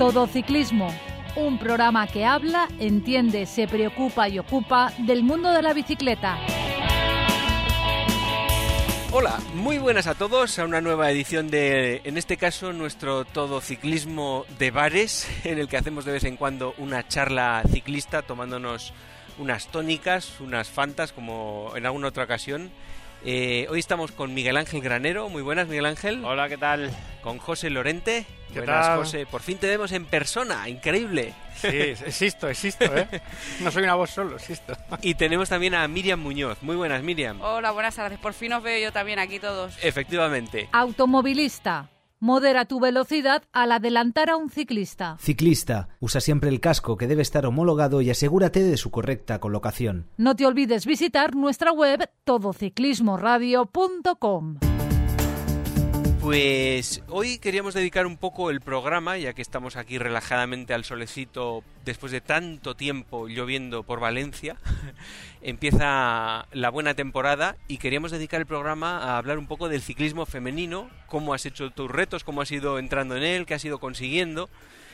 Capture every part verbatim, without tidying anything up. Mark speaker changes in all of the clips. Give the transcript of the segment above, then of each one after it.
Speaker 1: Todo Ciclismo, un programa que habla, entiende, se preocupa y ocupa del mundo de la bicicleta.
Speaker 2: Hola, muy buenas a todos a una nueva edición de, en este caso, nuestro Todo Ciclismo de bares, en el que hacemos de vez en cuando una charla ciclista tomándonos unas tónicas, unas fantas, como en alguna otra ocasión. Eh, hoy estamos con Miguel Ángel Granero. Muy buenas, Miguel Ángel.
Speaker 3: Hola, ¿qué tal?
Speaker 2: Con José Lorente.
Speaker 3: ¿Qué
Speaker 2: buenas,
Speaker 3: tal?
Speaker 2: José. Por fin te vemos en persona, increíble.
Speaker 3: Sí, existo, existo, ¿eh? No soy una voz solo, existo.
Speaker 2: Y tenemos también a Miriam Muñoz. Muy buenas, Miriam.
Speaker 4: Hola, buenas tardes. Por fin os veo yo también aquí todos.
Speaker 2: Efectivamente.
Speaker 1: Automovilista. Modera tu velocidad al adelantar a un ciclista.
Speaker 5: Ciclista. Usa siempre el casco, que debe estar homologado, y asegúrate de su correcta colocación.
Speaker 1: No te olvides visitar nuestra web todo ciclismo radio punto com.
Speaker 2: Pues hoy queríamos dedicar un poco el programa, ya que estamos aquí relajadamente al solecito después de tanto tiempo lloviendo por Valencia. Empieza la buena temporada y queríamos dedicar el programa a hablar un poco del ciclismo femenino, cómo has hecho tus retos, cómo has ido entrando en él, qué has ido consiguiendo.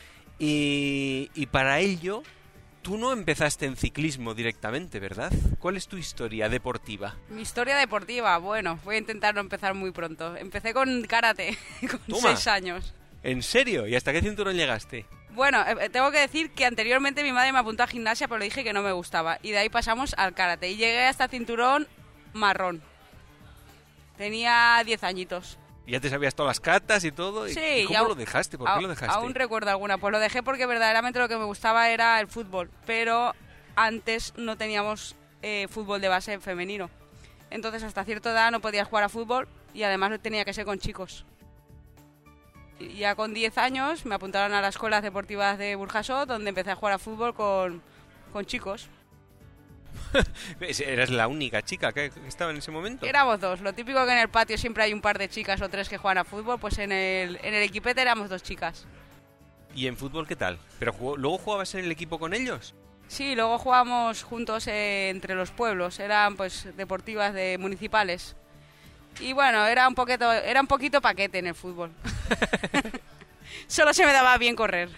Speaker 2: Y, y para ello, tú no empezaste en ciclismo directamente, ¿verdad? ¿Cuál es tu historia deportiva?
Speaker 4: Mi historia deportiva, bueno, voy a intentar no empezar muy pronto. Empecé con karate, con
Speaker 2: Toma.
Speaker 4: seis años.
Speaker 2: ¿En serio? ¿Y hasta qué cinturón llegaste?
Speaker 4: Bueno, eh, tengo que decir que anteriormente mi madre me apuntó a gimnasia, pero le dije que no me gustaba. Y de ahí pasamos al karate. Y llegué hasta cinturón marrón. Tenía diez añitos.
Speaker 2: ¿Ya te sabías todas las catas y todo?
Speaker 4: Sí.
Speaker 2: ¿Y cómo
Speaker 4: aún,
Speaker 2: lo dejaste? ¿Por
Speaker 4: a,
Speaker 2: qué lo dejaste?
Speaker 4: Aún recuerdo alguna. Pues lo dejé porque verdaderamente lo que me gustaba era el fútbol. Pero antes no teníamos eh, fútbol de base femenino. Entonces hasta cierta edad no podías jugar a fútbol y además tenía que ser con chicos. Y ya con diez años me apuntaron a las escuelas deportivas de Burjasot, donde empecé a jugar a fútbol con, con chicos.
Speaker 2: ¿Eras la única chica que estaba en ese momento?
Speaker 4: Éramos dos. Lo típico que en el patio siempre hay un par de chicas o tres que juegan a fútbol, pues en el, en el equipete éramos dos chicas.
Speaker 2: ¿Y en fútbol qué tal? ¿Pero jugó, luego jugabas en el equipo con ellos?
Speaker 4: Sí, luego jugábamos juntos eh, entre los pueblos. Eran pues deportivas de municipales. Y bueno, era un poquito, era un poquito paquete en el fútbol. Solo se me daba bien correr.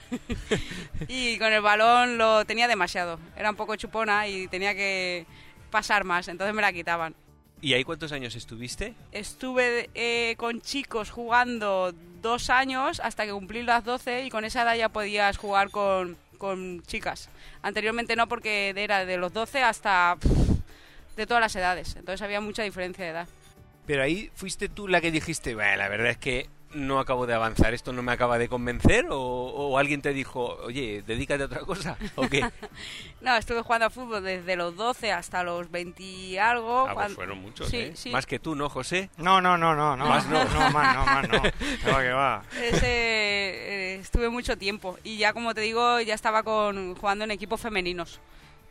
Speaker 4: Y con el balón lo tenía demasiado. Era un poco chupona y tenía que pasar más, entonces me la quitaban.
Speaker 2: ¿Y ahí cuántos años estuviste?
Speaker 4: Estuve eh, con chicos jugando dos años hasta que cumplí las doce y con esa edad ya podías jugar con, con chicas. Anteriormente no, porque era de los doce hasta pff, de todas las edades, entonces había mucha diferencia de edad.
Speaker 2: Pero ahí fuiste tú la que dijiste, bueno, la verdad es que no acabo de avanzar, esto no me acaba de convencer, o, o alguien te dijo, oye, dedícate a otra cosa, ¿o qué?
Speaker 4: No, estuve jugando a fútbol desde los doce hasta los veinte y algo.
Speaker 2: Ah, pues
Speaker 4: cuando...
Speaker 2: fueron muchos,
Speaker 4: sí,
Speaker 2: ¿eh?
Speaker 4: Sí.
Speaker 2: Más que tú, ¿no, José?
Speaker 3: No, no, no, no, no.
Speaker 2: Más no.
Speaker 3: No, más no, más no. Que va, que va.
Speaker 4: Ese, eh, estuve mucho tiempo y ya, como te digo, ya estaba con, jugando en equipos femeninos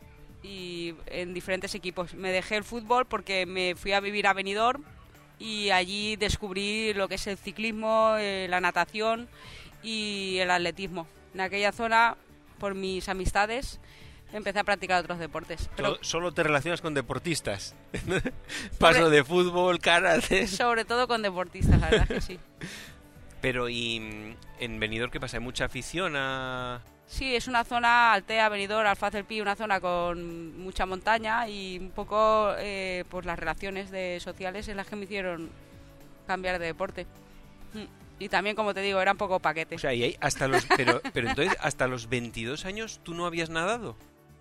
Speaker 4: y en diferentes equipos. Me dejé el fútbol porque me fui a vivir a Benidorm y allí descubrí lo que es el ciclismo, eh, la natación y el atletismo. En aquella zona, por mis amistades, empecé a practicar otros deportes. Pero
Speaker 2: Solo te relacionas con deportistas. Paso de fútbol, karate.
Speaker 4: sobre todo con deportistas, la verdad que sí.
Speaker 2: Pero, ¿y en Benidorm qué pasa? ¿Hay mucha afición a...?
Speaker 4: Sí, es una zona, Altea, Benidorm, Alfaz del Pi, una zona con mucha montaña y un poco eh, pues las relaciones de sociales en las que me hicieron cambiar de deporte. Y también, como te digo, era un poco paquete.
Speaker 2: O sea, y hay hasta los... Pero, pero entonces, ¿hasta los veintidós años tú no habías nadado?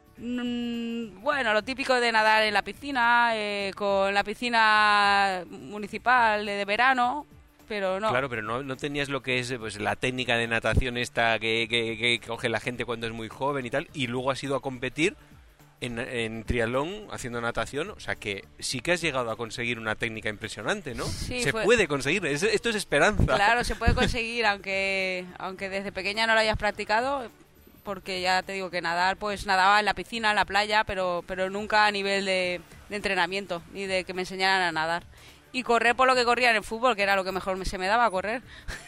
Speaker 4: Mm, bueno, lo típico de nadar en la piscina, eh, con la piscina municipal de verano... Pero no.
Speaker 2: Claro, pero no, no tenías lo que es pues la técnica de natación esta que, que, que coge la gente cuando es muy joven y tal, y luego has ido a competir en, en triatlón haciendo natación, o sea que sí que has llegado a conseguir una técnica impresionante, ¿no?
Speaker 4: Sí,
Speaker 2: se
Speaker 4: fue...
Speaker 2: puede conseguir, es, esto es esperanza.
Speaker 4: Claro, se puede conseguir, aunque, aunque desde pequeña no lo hayas practicado, porque ya te digo que nadar, pues nadaba en la piscina, en la playa, pero, pero nunca a nivel de, de entrenamiento, ni de que me enseñaran a nadar. Y correr por lo que corría en el fútbol, que era lo que mejor me, se me daba, correr.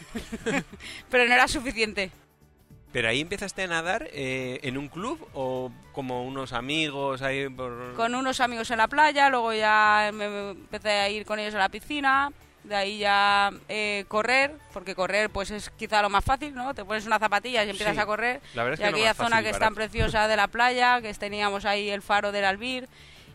Speaker 4: Pero no era suficiente.
Speaker 2: ¿Pero ahí empezaste a nadar eh, en un club o como unos amigos ahí por...?
Speaker 4: Con unos amigos en la playa, luego ya me empecé a ir con ellos a la piscina De ahí ya eh, correr, porque correr pues es quizá lo más fácil, ¿no? Te pones unas zapatillas y empiezas
Speaker 2: Sí,
Speaker 4: a correr.
Speaker 2: la verdad es
Speaker 4: y
Speaker 2: que es lo
Speaker 4: aquella
Speaker 2: más
Speaker 4: zona
Speaker 2: fácil
Speaker 4: que
Speaker 2: y
Speaker 4: es tan
Speaker 2: barato.
Speaker 4: preciosa de la playa, que teníamos ahí el faro del Albir.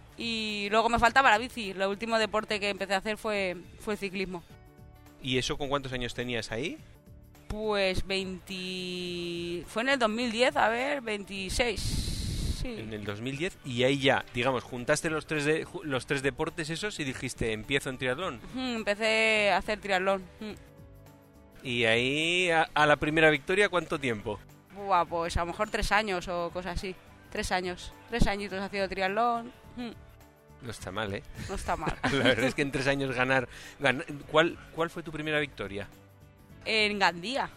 Speaker 4: Y luego me faltaba la bici. El último deporte que empecé a hacer fue, fue el ciclismo.
Speaker 2: ¿Y eso con cuántos años tenías ahí?
Speaker 4: Pues veinte... Fue en el dos mil diez, a ver, veintiséis. Sí.
Speaker 2: En el dos mil diez, y ahí ya, digamos, juntaste los tres de, ju- los tres deportes esos y dijiste, empiezo en triatlón.
Speaker 4: Ujú, empecé a hacer triatlón. Ujú.
Speaker 2: Y ahí, a, a la primera victoria, ¿cuánto tiempo?
Speaker 4: Buah, pues a lo mejor tres años o cosas así. Tres años. Tres añitos haciendo triatlón. Ujú.
Speaker 2: No está mal, ¿eh?
Speaker 4: No está mal.
Speaker 2: La verdad es que en tres años ganar... gan- ¿Cuál, ¿Cuál fue tu primera victoria?
Speaker 4: En Gandía.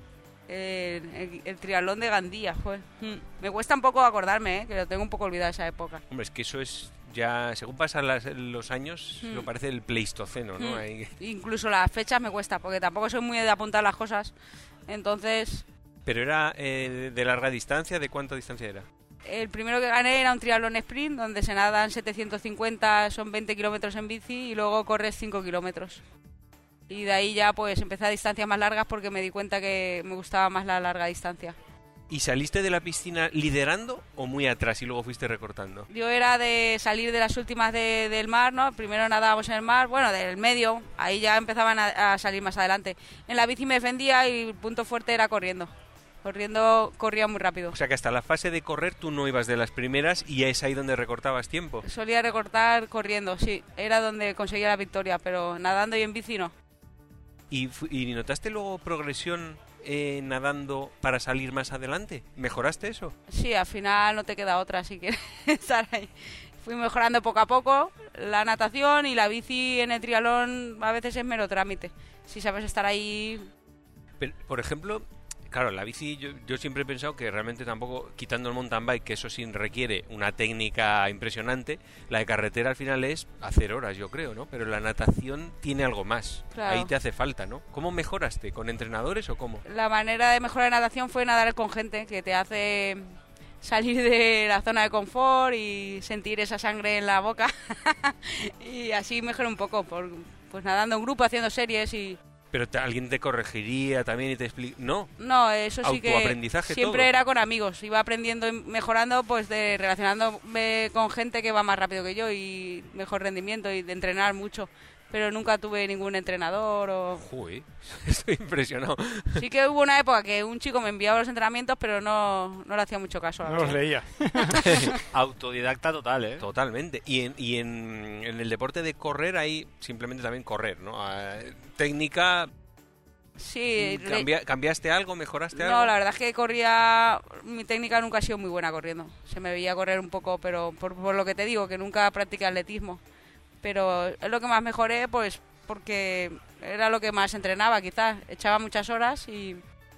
Speaker 4: El, el- el triatlón de Gandía fue. Mm. Me cuesta un poco acordarme, ¿eh? Que lo tengo un poco olvidado esa época.
Speaker 2: Hombre, es que eso es ya... Según pasan las- los años,
Speaker 4: Hmm.
Speaker 2: lo parece el Pleistoceno, ¿no?
Speaker 4: Mm.
Speaker 2: Ahí-
Speaker 4: Incluso las fechas me cuesta, porque tampoco soy muy de apuntar las cosas. Entonces,
Speaker 2: Pero era eh, de larga distancia, ¿de cuánta distancia era?
Speaker 4: el primero que gané era un triatlón sprint, donde se nadan setecientos cincuenta, son veinte kilómetros en bici, y luego corres cinco kilómetros. Y de ahí ya pues empecé a distancias más largas porque me di cuenta que me gustaba más la larga distancia.
Speaker 2: ¿Y saliste de la piscina liderando o muy atrás y luego fuiste recortando?
Speaker 4: Yo era de salir de las últimas de- del mar, ¿no? Primero nadábamos en el mar, bueno, del medio, ahí ya empezaban a, a salir más adelante. En la bici me defendía y el punto fuerte era corriendo. Corriendo, corría muy rápido.
Speaker 2: O sea que hasta la fase de correr tú no ibas de las primeras y es ahí donde recortabas tiempo.
Speaker 4: Solía recortar corriendo, sí, era donde conseguía la victoria, pero nadando y en bici no.
Speaker 2: ¿Y, fu- y notaste luego progresión eh, nadando para salir más adelante? ¿Mejoraste eso?
Speaker 4: Sí, al final no te queda otra, así que estar ahí. Fui mejorando poco a poco la natación y la bici en el triatlón a veces es mero trámite. Si sabes estar ahí.
Speaker 2: Pero, por ejemplo, claro, la bici yo, yo siempre he pensado que realmente tampoco, quitando el mountain bike, que eso sí requiere una técnica impresionante, la de carretera al final es hacer horas, yo creo, ¿no? Pero la natación tiene algo más.
Speaker 4: Claro.
Speaker 2: Ahí te hace falta, ¿no? ¿Cómo mejoraste? ¿Con entrenadores o cómo?
Speaker 4: La manera de mejorar la natación fue nadar con gente que te hace salir de la zona de confort y sentir esa sangre en la boca. Y así mejoré un poco, por, pues nadando en grupo, haciendo series y...
Speaker 2: Pero te- alguien te corregiría también y te explica... No,
Speaker 4: No, eso sí que
Speaker 2: Autoaprendizaje
Speaker 4: siempre
Speaker 2: todo.
Speaker 4: era con amigos. Iba aprendiendo y mejorando, pues de relacionándome con gente que va más rápido que yo y mejor rendimiento y de entrenar mucho. Pero nunca tuve ningún entrenador o...
Speaker 2: Joder, estoy impresionado.
Speaker 4: Sí que hubo una época que un chico me enviaba los entrenamientos, pero no, no le hacía mucho caso. la
Speaker 3: No los
Speaker 4: verdad.
Speaker 3: leía.
Speaker 6: Autodidacta total, ¿eh?
Speaker 2: Totalmente. Y, en, y en, en el deporte de correr hay simplemente también correr, ¿no? Ah, técnica,
Speaker 4: Sí, le-
Speaker 2: cambia- ¿cambiaste algo? ¿Mejoraste algo?
Speaker 4: no, la verdad es que corría... Mi técnica nunca ha sido muy buena corriendo. Se me veía correr un poco, pero por, por lo que te digo, que nunca practiqué atletismo. Pero es lo que más mejoré, pues porque era lo que más entrenaba, quizás. Echaba muchas horas y...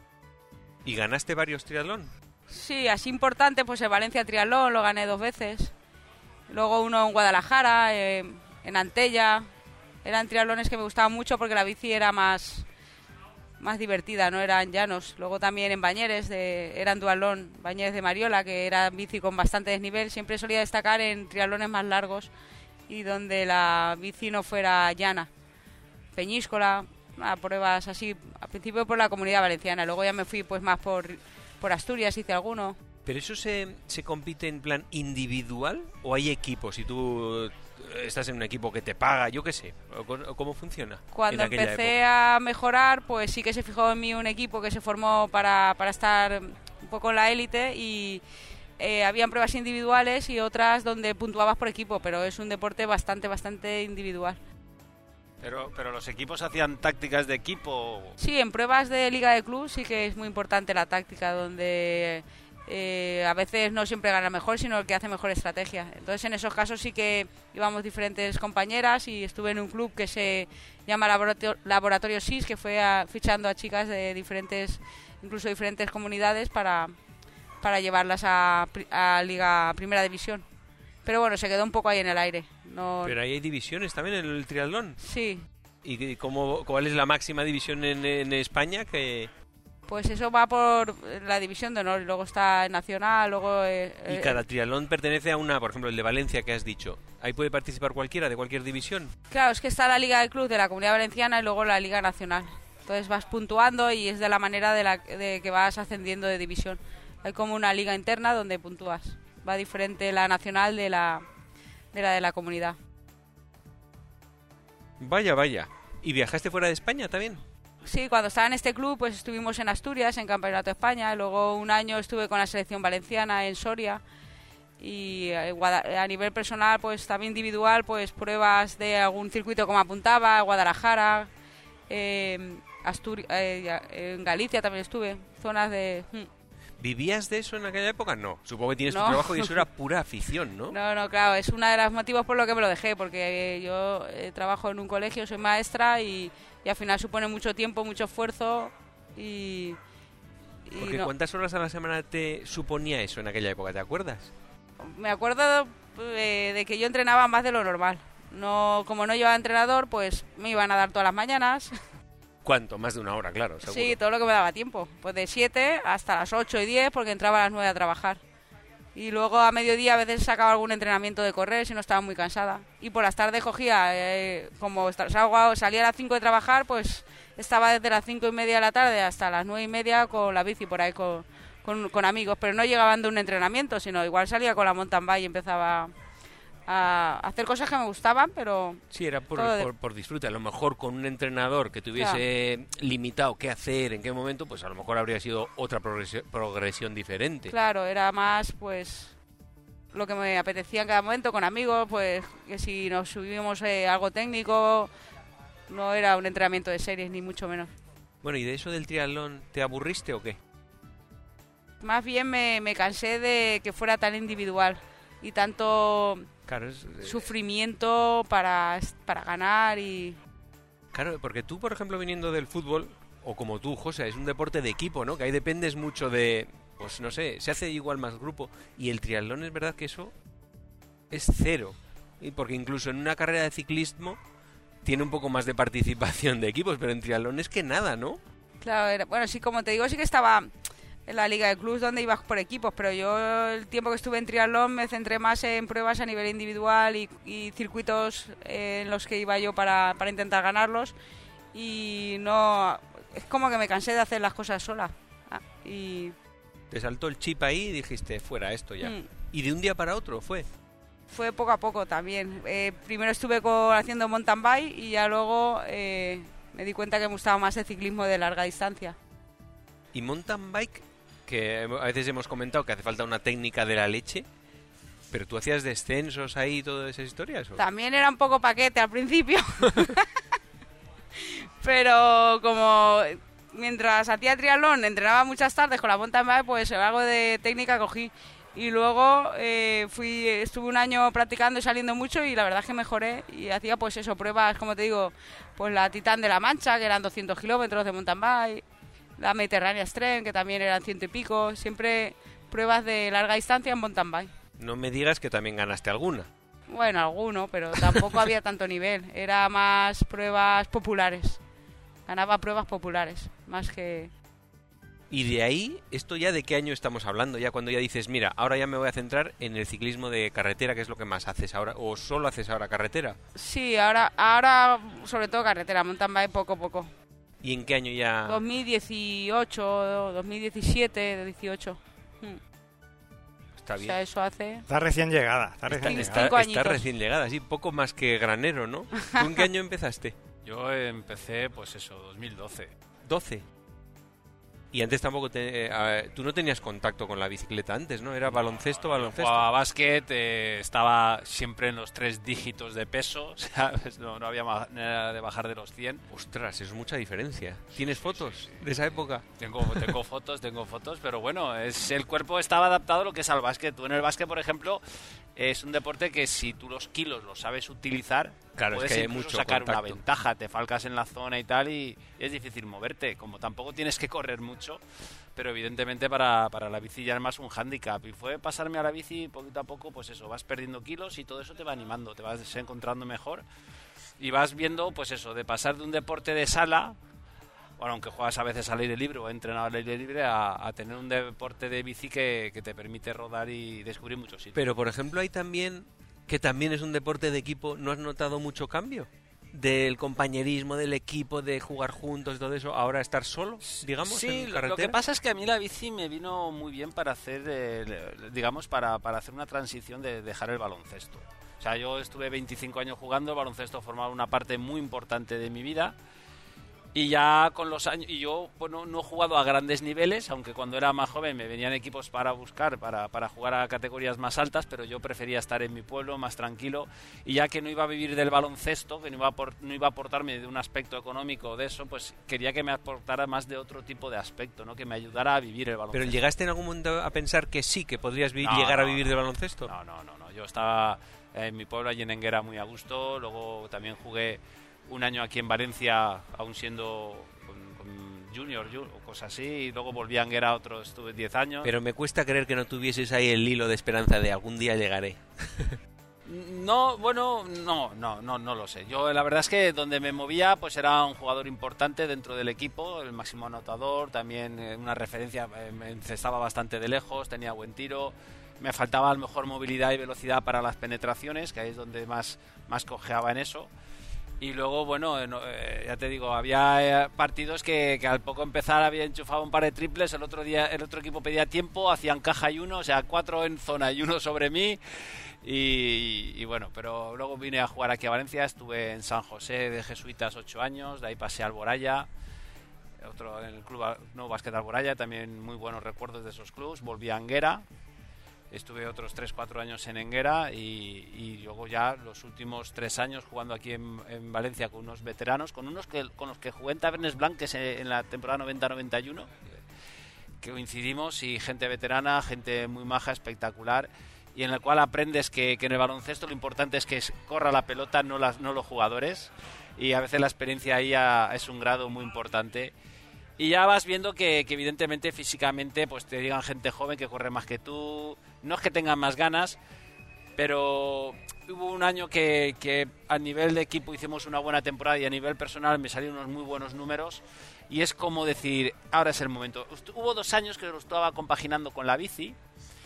Speaker 2: ¿Y ganaste varios triatlón?
Speaker 4: Sí, así importante, pues el Valencia Triatlón lo gané dos veces. Luego uno en Guadalajara, eh, en Antella. Eran triatlones que me gustaban mucho porque la bici era más, más divertida, no eran llanos. Luego también en Bañeres, de, era en duatlón, Bañeres de Mariola, que era bici con bastante desnivel. Siempre solía destacar en triatlones más largos y donde la bici no fuera llana. Peñíscola, nada, pruebas así, al principio por la Comunidad Valenciana, luego ya me fui pues más por, por Asturias, hice alguno.
Speaker 2: ¿Pero eso se, se compite en plan individual o hay equipos? Si tú estás en un equipo que te paga, yo qué sé, o co- o ¿cómo funciona?
Speaker 4: Cuando
Speaker 2: en aquella
Speaker 4: empecé
Speaker 2: época?
Speaker 4: a mejorar, pues sí que se fijó en mí un equipo que se formó para, para estar un poco en la élite y eh, habían pruebas individuales y otras donde puntuabas por equipo, pero es un deporte bastante, bastante individual.
Speaker 6: Pero, pero los equipos hacían tácticas de equipo.
Speaker 4: Sí, en pruebas de liga de club sí que es muy importante la táctica, donde eh, a veces no siempre gana mejor, sino el que hace mejor estrategia. Entonces en esos casos sí que íbamos diferentes compañeras y estuve en un club que se llama Laboratorio, Laboratorio S I S, que fue a- fichando a chicas de diferentes, incluso diferentes comunidades para, para llevarlas a, pri- a Liga a Primera División. Pero bueno, se quedó un poco ahí en el aire. No,
Speaker 2: Pero ahí hay divisiones también en el triatlón.
Speaker 4: sí.
Speaker 2: ¿Y cómo, cuál es la máxima división en, en España? Que
Speaker 4: Pues eso va por la división de honor y luego está el nacional, luego... eh,
Speaker 2: Y
Speaker 4: eh,
Speaker 2: cada triatlón pertenece a una, por ejemplo, el de Valencia que has dicho. Ahí puede participar cualquiera, de cualquier división.
Speaker 4: Claro, es que está la Liga de Club de la Comunidad Valenciana y luego la Liga Nacional. Entonces vas puntuando y es de la manera de, la, de que vas ascendiendo de división. Hay como una liga interna donde puntúas. Va diferente la nacional de la de la, de la comunidad.
Speaker 2: Vaya, vaya. ¿Y viajaste fuera de España también?
Speaker 4: Sí, cuando estaba en este club pues estuvimos en Asturias, en Campeonato de España. Luego un año estuve con la selección valenciana en Soria. Y a nivel personal, pues también individual, pues pruebas de algún circuito como apuntaba, Guadalajara, eh, Asturias, eh, en Galicia también estuve, zonas de...
Speaker 2: ¿Vivías de eso en aquella época? No, supongo que tienes
Speaker 4: no.
Speaker 2: tu trabajo y eso era pura afición, ¿no?
Speaker 4: No, no, claro, es uno de los motivos por los que me lo dejé, porque yo eh, trabajo en un colegio, soy maestra y, y al final supone mucho tiempo, mucho esfuerzo y... y
Speaker 2: porque
Speaker 4: no.
Speaker 2: ¿cuántas horas a la semana te suponía eso en aquella época? ¿Te acuerdas?
Speaker 4: Me acuerdo eh, de que yo entrenaba más de lo normal. No, como no llevaba entrenador, pues me iban a dar todas las mañanas.
Speaker 2: ¿Cuánto? Más de una hora, claro, seguro.
Speaker 4: Sí, todo lo que me daba tiempo. Pues de siete hasta las ocho y diez, porque entraba a las nueve a trabajar. Y luego a mediodía a veces sacaba algún entrenamiento de correr si no estaba muy cansada. Y por las tardes cogía, eh, como salía a las cinco de trabajar, pues estaba desde las cinco y media de la tarde hasta las nueve y media con la bici por ahí con... Con, con amigos, pero no llegaban de un entrenamiento, sino igual salía con la mountain bike y empezaba a hacer cosas que me gustaban, pero...
Speaker 2: Sí, era por,
Speaker 4: de...
Speaker 2: por, por disfrute. A lo mejor con un entrenador que tuviese claro. limitado qué hacer, en qué momento, pues a lo mejor habría sido otra progresión, progresión diferente.
Speaker 4: Claro, era más, pues, lo que me apetecía en cada momento, con amigos, pues, que si nos subimos eh, algo técnico, no era un entrenamiento de series, ni mucho menos.
Speaker 2: Bueno, ¿y de eso del triatlón te aburriste o qué?
Speaker 4: Más bien me, me cansé de que fuera tan individual y tanto
Speaker 2: claro, es, eh...
Speaker 4: sufrimiento para, para ganar y...
Speaker 2: Claro, porque tú, por ejemplo, viniendo del fútbol, o como tú, José, es un deporte de equipo, ¿no? Que ahí dependes mucho de... Pues no sé, se hace igual más grupo. Y el triatlón es verdad que eso es cero. Y porque incluso en una carrera de ciclismo tiene un poco más de participación de equipos, pero en triatlón es que nada, ¿no?
Speaker 4: Claro, era, bueno, sí, como te digo, sí que estaba... en la Liga de Clubs donde ibas por equipos, pero yo el tiempo que estuve en triatlón me centré más en pruebas a nivel individual y, y circuitos en los que iba yo para, para intentar ganarlos y no... es como que me cansé de hacer las cosas sola. Ah, y...
Speaker 2: Te saltó el chip ahí y dijiste, fuera esto ya.
Speaker 4: Mm.
Speaker 2: ¿Y de un día para otro fue?
Speaker 4: Fue poco a poco también. Eh, primero estuve con, haciendo mountain bike y ya luego eh, me di cuenta que me gustaba más el ciclismo de larga distancia.
Speaker 2: ¿Y mountain bike? Que a veces hemos comentado que hace falta una técnica de la leche, pero tú hacías descensos ahí y todas esas historias, ¿o?
Speaker 4: También era un poco paquete al principio, pero como mientras hacía triatlón entrenaba muchas tardes con la mountain bike, pues algo de técnica cogí y luego eh, fui estuve un año practicando y saliendo mucho y la verdad es que mejoré y hacía pues eso, pruebas, como te digo, pues la Titán de la Mancha, que eran doscientos kilómetros de mountain bike, la Mediterránea Extreme, que también eran ciento y pico, siempre pruebas de larga distancia en mountain bike.
Speaker 2: No me digas que también ganaste alguna.
Speaker 4: Bueno, alguno, pero tampoco había tanto nivel, era más pruebas populares, ganaba pruebas populares, más que...
Speaker 2: Y de ahí, ¿esto ya de qué año estamos hablando? Ya cuando ya dices, mira, ahora ya me voy a centrar en el ciclismo de carretera, que es lo que más haces ahora, o solo haces ahora carretera.
Speaker 4: Sí, ahora, ahora sobre todo carretera, mountain bike poco a poco.
Speaker 2: ¿Y en qué año ya...?
Speaker 4: dos mil dieciocho, dos mil diecisiete, dieciocho. Hmm.
Speaker 2: Está bien.
Speaker 4: O sea, eso hace...
Speaker 3: Está recién llegada, está recién
Speaker 4: Está-
Speaker 3: llegada.
Speaker 4: cinco
Speaker 2: Está, está
Speaker 4: añitos.
Speaker 2: recién llegada, sí, poco más que granero, ¿no? ¿Tú en qué año empezaste?
Speaker 6: Yo empecé, pues eso, dos mil doce.
Speaker 2: doce. Y antes tampoco te, eh, a- tú no tenías contacto con la bicicleta antes, ¿no? Era baloncesto, baloncesto.
Speaker 6: Jugaba básquet, eh, estaba siempre en los tres dígitos de peso, ¿sabes? No, no había manera de bajar de los cien.
Speaker 2: Ostras, es mucha diferencia. ¿Tienes fotos de esa época?
Speaker 6: Tengo, tengo fotos, tengo fotos, pero bueno, es el cuerpo estaba adaptado a lo que es al básquet. Tú en el básquet, por ejemplo, es un deporte que si tú los kilos los sabes utilizar,
Speaker 2: Claro, es
Speaker 6: puedes
Speaker 2: que hay
Speaker 6: incluso
Speaker 2: mucho
Speaker 6: sacar una
Speaker 2: contacto.
Speaker 6: ventaja, te falcas en la zona y tal y es difícil moverte. Como tampoco tienes que correr mucho, pero evidentemente para, para la bici ya es más un hándicap. Y fue pasarme a la bici poquito a poco, pues eso, vas perdiendo kilos y todo eso te va animando, te vas encontrando mejor y vas viendo, pues eso, de pasar de un deporte de sala, bueno, aunque juegas a veces al aire libre o entrenado al aire libre, a, a tener un deporte de bici que, que te permite rodar y descubrir muchos sitios.
Speaker 2: Pero, por ejemplo, hay también que también es un deporte de equipo, ¿no has notado mucho cambio? Del compañerismo, del equipo, de jugar juntos, todo eso, ahora estar solo, digamos,
Speaker 6: sí,
Speaker 2: en carretera.
Speaker 6: Lo que pasa es que a mí la bici me vino muy bien para hacer, eh, digamos, para, para hacer una transición de dejar el baloncesto. O sea, yo estuve veinticinco años jugando, el baloncesto formaba una parte muy importante de mi vida. Y ya con los años, y yo bueno, no he jugado a grandes niveles, aunque cuando era más joven me venían equipos para buscar, para, para jugar a categorías más altas, pero yo prefería estar en mi pueblo, más tranquilo, y ya que no iba a vivir del baloncesto, que no iba a, por, no iba a aportarme de un aspecto económico de eso, pues quería que me aportara más de otro tipo de aspecto, ¿no? Que me ayudara a vivir el baloncesto.
Speaker 2: ¿Pero llegaste en algún momento a pensar que sí, que podrías vi-
Speaker 6: no,
Speaker 2: llegar
Speaker 6: no,
Speaker 2: a vivir
Speaker 6: no,
Speaker 2: del baloncesto?
Speaker 6: No, no, no, no, yo estaba en mi pueblo, allí en Enguera, muy a gusto, luego también jugué un año aquí en Valencia, aún siendo junior o cosas así, y luego volví a Enguera, otro, estuve diez años.
Speaker 2: Pero me cuesta creer que no tuvieses ahí el hilo de esperanza de algún día llegaré.
Speaker 6: No, bueno, no, no, no, no lo sé. Yo la verdad es que donde me movía pues era un jugador importante dentro del equipo, el máximo anotador, también eh, una referencia, eh, me encestaba bastante de lejos, tenía buen tiro, me faltaba a lo mejor movilidad y velocidad para las penetraciones, que ahí es donde más, más cojeaba en eso. Y luego, bueno, eh, ya te digo, había eh, partidos que, que al poco empezar había enchufado un par de triples, el otro día el otro equipo pedía tiempo, hacían caja y uno, o sea, cuatro en zona y uno sobre mí. Y, y bueno, pero luego vine a jugar aquí a Valencia, estuve en San José de Jesuitas ocho años, de ahí pasé al Alboraya, otro en el club no Básquet Alboraya, también muy buenos recuerdos de esos clubs. Volví a Enguera, estuve otros tres cuatro años en Enguera y, y luego ya los últimos tres años jugando aquí en, en Valencia con unos veteranos, con unos que con los que jugué en Tabernes Blanques en la temporada noventa noventa y uno, que coincidimos, y gente veterana, gente muy maja, espectacular, y en el cual aprendes que, que en el baloncesto lo importante es que corra la pelota, no, las, no los jugadores, y a veces la experiencia ahí a, es un grado muy importante. Y ya vas viendo que, que evidentemente físicamente pues te digan gente joven que corre más que tú, no es que tengan más ganas, pero hubo un año que, que a nivel de equipo hicimos una buena temporada y a nivel personal me salieron unos muy buenos números, y es como decir, ahora es el momento. Hubo dos años que lo estaba compaginando con la bici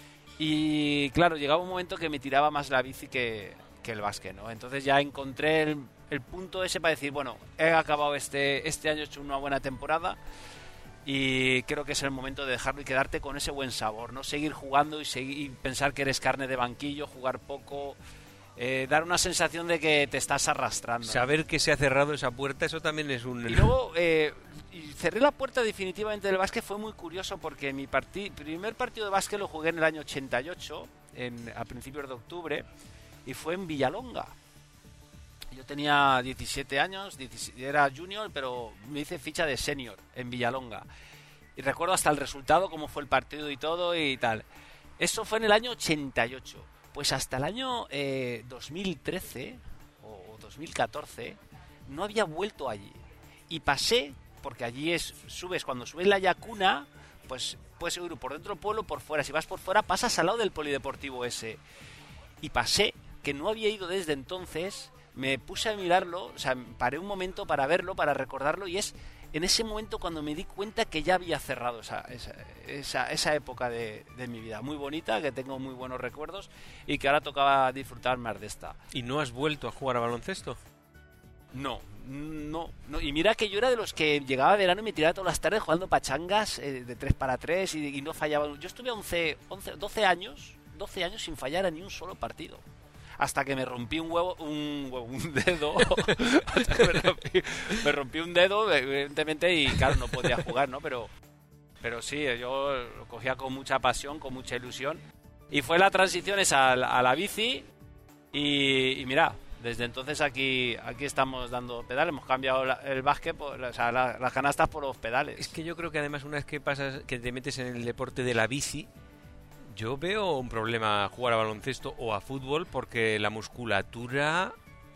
Speaker 6: y claro, llegaba un momento que me tiraba más la bici que, que el básquet, ¿no? Entonces ya encontré el, el punto ese para decir, bueno, he acabado este, este año, he hecho una buena temporada y creo que es el momento de dejarlo y quedarte con ese buen sabor, no seguir jugando y, seguir, y pensar que eres carne de banquillo, jugar poco, eh, dar una sensación de que te estás arrastrando.
Speaker 2: Saber que se ha cerrado esa puerta, eso también es un...
Speaker 6: Y luego eh, y cerré la puerta definitivamente del básquet, fue muy curioso porque mi partid, primer partido de básquet lo jugué en el año ochenta y ocho, en, a principios de octubre, y fue en Villalonga. Yo tenía diecisiete años, diecisiete, era junior, pero me hice ficha de senior en Villalonga. Y recuerdo hasta el resultado, cómo fue el partido y todo y tal. Eso fue en el año ochenta y ocho. Pues hasta el año eh, dos mil trece o dos mil catorce no había vuelto allí. Y pasé, porque allí es subes, cuando subes la Yacuna, pues puedes ir por dentro del pueblo, por fuera. Si vas por fuera, pasas al lado del polideportivo ese. Y pasé, que no había ido desde entonces... Me puse a mirarlo, o sea, paré un momento para verlo, para recordarlo, y es en ese momento cuando me di cuenta que ya había cerrado esa, esa, esa, esa época de, de mi vida. Muy bonita, que tengo muy buenos recuerdos y que ahora tocaba disfrutar más de esta.
Speaker 2: ¿Y no has vuelto a jugar a baloncesto?
Speaker 6: No, no, no. Y mira que yo era de los que llegaba a verano y me tiraba todas las tardes jugando pachangas eh, de tres para tres y, y no fallaba. Yo estuve once, once, doce años, doce años sin fallar a ni un solo partido. Hasta que me rompí un huevo, un, huevo, un dedo, hasta que me, rompí, me rompí un dedo, evidentemente, y claro, no podía jugar, ¿no? Pero, pero sí, yo lo cogía con mucha pasión, con mucha ilusión. Y fue la transición esa a la, a la bici, y, y mira, desde entonces aquí, aquí estamos dando pedales, hemos cambiado la, el básquet, por, o sea, la, las canastas por los pedales.
Speaker 2: Es que yo creo que además una vez que pasas, que te metes en el deporte de la bici, yo veo un problema jugar a baloncesto o a fútbol porque la musculatura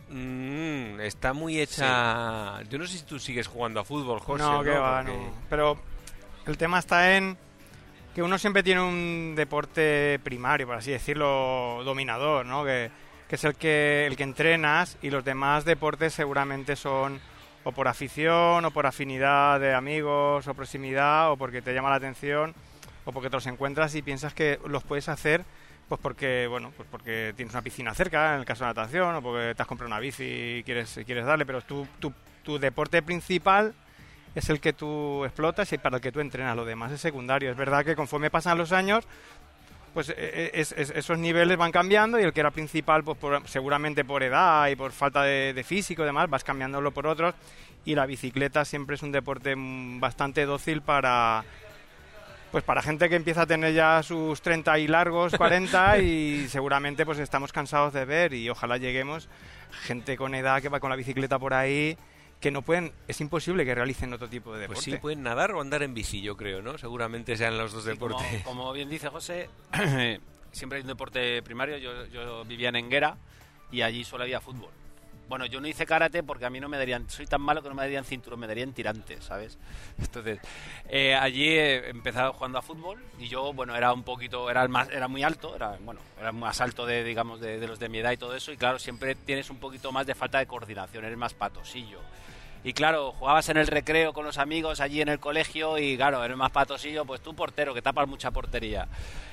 Speaker 2: mmm, está muy hecha... Sí. Yo no sé si tú sigues jugando a fútbol, José.
Speaker 3: No, que
Speaker 2: ¿no?
Speaker 3: va,
Speaker 2: porque...
Speaker 3: no. Pero el tema está en que uno siempre tiene un deporte primario, por así decirlo, dominador, ¿no? Que, que es el que, el que entrenas, y los demás deportes seguramente son o por afición o por afinidad de amigos o proximidad o porque te llama la atención o porque te los encuentras y piensas que los puedes hacer Pues porque, bueno, pues porque tienes una piscina cerca, en el caso de natación, o porque te has comprado una bici y quieres, quieres darle, pero tu, tu, tu deporte principal es el que tú explotas y para el que tú entrenas. Lo demás es secundario. Es verdad que conforme pasan los años, pues es, es, esos niveles van cambiando y el que era principal, pues por, seguramente por edad y por falta de, de físico y demás, vas cambiándolo por otros. Y la bicicleta siempre es un deporte bastante dócil para... Pues para gente que empieza a tener ya sus treinta y largos, cuarenta, y seguramente pues estamos cansados de ver, y ojalá lleguemos gente con edad que va con la bicicleta por ahí, que no pueden, es imposible que realicen otro tipo de deporte.
Speaker 2: Pues sí, pueden nadar o andar en bici, yo creo, ¿no? Seguramente sean los dos
Speaker 6: sí,
Speaker 2: deportes.
Speaker 6: Como, como bien dice José, siempre hay un deporte primario. Yo, yo vivía en Enguera y allí solo había fútbol. Bueno, yo no hice karate porque a mí no me darían, soy tan malo que no me darían cinturón, me darían tirantes, ¿sabes? Entonces, eh, allí eh, empezaba jugando a fútbol y yo, bueno, era un poquito, era el más, era muy alto, era, bueno, era más alto de, digamos, de, de los de mi edad y todo eso, y claro, siempre tienes un poquito más de falta de coordinación, eres más patosillo. Y claro, jugabas en el recreo con los amigos allí en el colegio y claro, eres más patosillo, pues tú portero, que tapas mucha portería.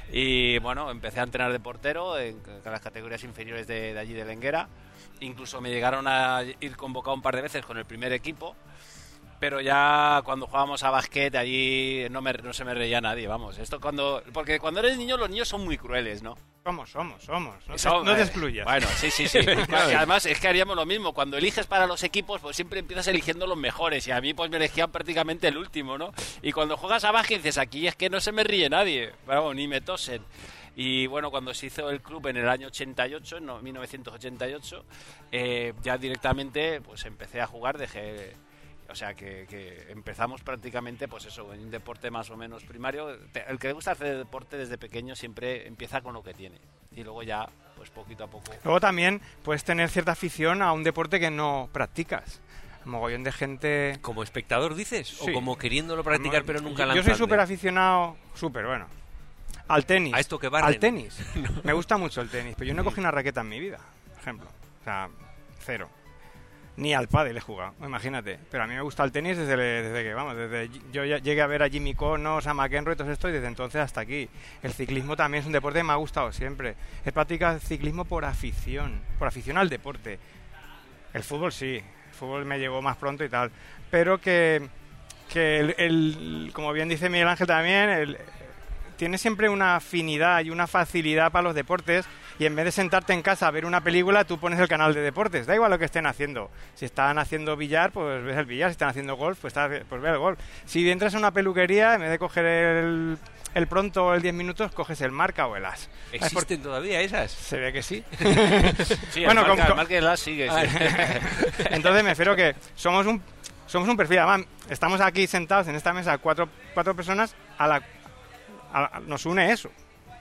Speaker 6: Y bueno, empecé a entrenar de portero en, en las categorías inferiores de, de allí de Lenguera. Incluso me llegaron a ir convocado un par de veces con el primer equipo, pero ya cuando jugábamos a básquet allí no, me, no se me reía nadie, vamos. Esto cuando, porque cuando eres niño los niños son muy crueles, ¿no?
Speaker 3: Somos, somos, somos. No,
Speaker 6: Eso,
Speaker 3: te, no te
Speaker 6: eh,
Speaker 3: excluyas.
Speaker 6: Bueno, sí, sí, sí. Además es que haríamos lo mismo. Cuando eliges para los equipos, pues siempre empiezas eligiendo los mejores. Y a mí pues me elegían prácticamente el último, ¿no? Y cuando juegas a básquet dices, aquí es que no se me ríe nadie. Vamos, ni me tosen. Y bueno, cuando se hizo el club en el año ochenta y ocho, en mil novecientos ochenta y ocho, eh, ya directamente pues empecé a jugar, dejé... O sea, que, que empezamos prácticamente, pues eso, en un deporte más o menos primario. El que le gusta hacer deporte desde pequeño siempre empieza con lo que tiene. Y luego ya, pues poquito a poco.
Speaker 3: Luego también puedes tener cierta afición a un deporte que no practicas. Un mogollón de gente...
Speaker 2: ¿Como espectador dices?
Speaker 3: Sí.
Speaker 2: ¿O como queriéndolo practicar pero nunca lanzarle?
Speaker 3: Yo soy súper aficionado, súper, bueno, al tenis.
Speaker 2: ¿A esto que barren?
Speaker 3: Al tenis. No. Me gusta mucho el tenis, pero yo no he cogido una raqueta en mi vida, por ejemplo. O sea, cero. Ni al pádel he jugado, imagínate. Pero a mí me gusta el tenis desde, desde que, vamos, desde yo ya llegué a ver a Jimmy Connors, a McEnroe y todo esto, y desde entonces hasta aquí. El ciclismo también es un deporte que me ha gustado siempre. He practicado ciclismo por afición, por afición al deporte. El fútbol sí, el fútbol me llegó más pronto y tal. Pero que, que el, el, como bien dice Miguel Ángel también, el, tiene siempre una afinidad y una facilidad para los deportes. Y en vez de sentarte en casa a ver una película, tú pones el canal de deportes. Da igual lo que estén haciendo. Si están haciendo billar, pues ves el billar. Si están haciendo golf, pues, estás, pues ves el golf. Si entras a una peluquería, en vez de coger el, el pronto o el diez minutos, coges el marca o el as.
Speaker 2: ¿Existen todavía esas?
Speaker 3: Se ve que sí.
Speaker 6: Sí,
Speaker 3: bueno,
Speaker 6: el marca,
Speaker 3: como,
Speaker 6: el marca y el as sigue. Sí.
Speaker 3: Entonces me refiero que somos un, somos un perfil. Además, estamos aquí sentados en esta mesa, cuatro, cuatro personas, a la, a, nos une eso.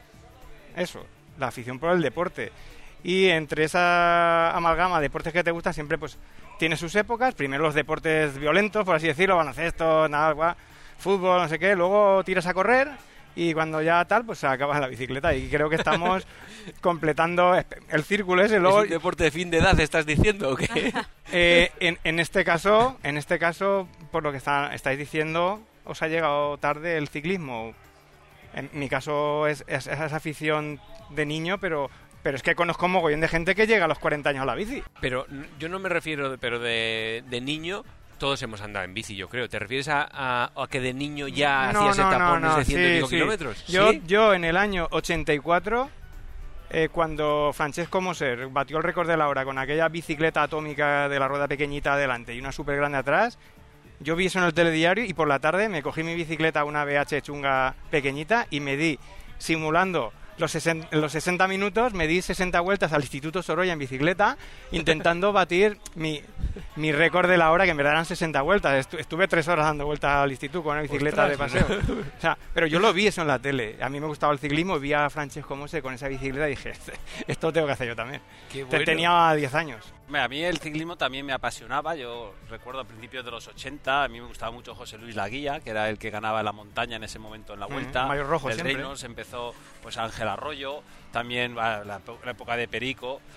Speaker 3: Eso. La afición por el deporte. Y entre esa amalgama de deportes que te gusta, siempre pues tiene sus épocas. Primero los deportes violentos, por así decirlo, baloncesto, nada, fútbol, no sé qué. Luego tiras a correr y cuando ya tal, pues acabas en la bicicleta. Y creo que estamos completando el círculo ese. Luego,
Speaker 2: ¿es un deporte de fin de edad, estás diciendo o qué?
Speaker 3: eh, en, en este caso, en este caso, por lo que está, estáis diciendo, os ha llegado tarde el ciclismo. En mi caso es, es, es esa afición de niño, pero pero es que conozco un mogollón de gente que llega a los cuarenta años a la bici.
Speaker 2: Pero yo no me refiero, de, pero de, de niño todos hemos andado en bici, yo creo. ¿Te refieres a, a, a que de niño ya
Speaker 3: no,
Speaker 2: hacías
Speaker 3: no,
Speaker 2: etapones
Speaker 3: no, no,
Speaker 2: de ciento y
Speaker 3: sí,
Speaker 2: pico
Speaker 3: sí.
Speaker 2: kilómetros?
Speaker 3: Yo,
Speaker 2: ¿Sí?
Speaker 3: yo en el año ochenta y cuatro, eh, cuando Francesco Moser batió el récord de la hora con aquella bicicleta atómica de la rueda pequeñita adelante y una súper grande atrás, yo vi eso en el telediario y por la tarde me cogí mi bicicleta, una B H chunga pequeñita, y me di, simulando los, sesenta, los sesenta minutos, me di sesenta vueltas al Instituto Sorolla en bicicleta, intentando batir mi, mi récord de la hora, que en verdad eran sesenta vueltas. Estuve tres horas dando vueltas al instituto con una bicicleta
Speaker 2: Ostras,
Speaker 3: de paseo. O sea, pero yo lo vi eso en la tele. A mí me gustaba el ciclismo, vi a Francesco Mose con esa bicicleta y dije, esto tengo que hacer yo también.
Speaker 2: Qué bueno.
Speaker 3: Tenía diez años.
Speaker 6: A mí el ciclismo también me apasionaba. Yo recuerdo a principios de los ochenta, a mí me gustaba mucho José Luis Laguía, que era el que ganaba la montaña en ese momento en la Vuelta.
Speaker 3: Mm, mayor rojo
Speaker 6: el
Speaker 3: siempre.
Speaker 6: Reynolds empezó pues Ángel Arroyo, también la, la, la época de Perico.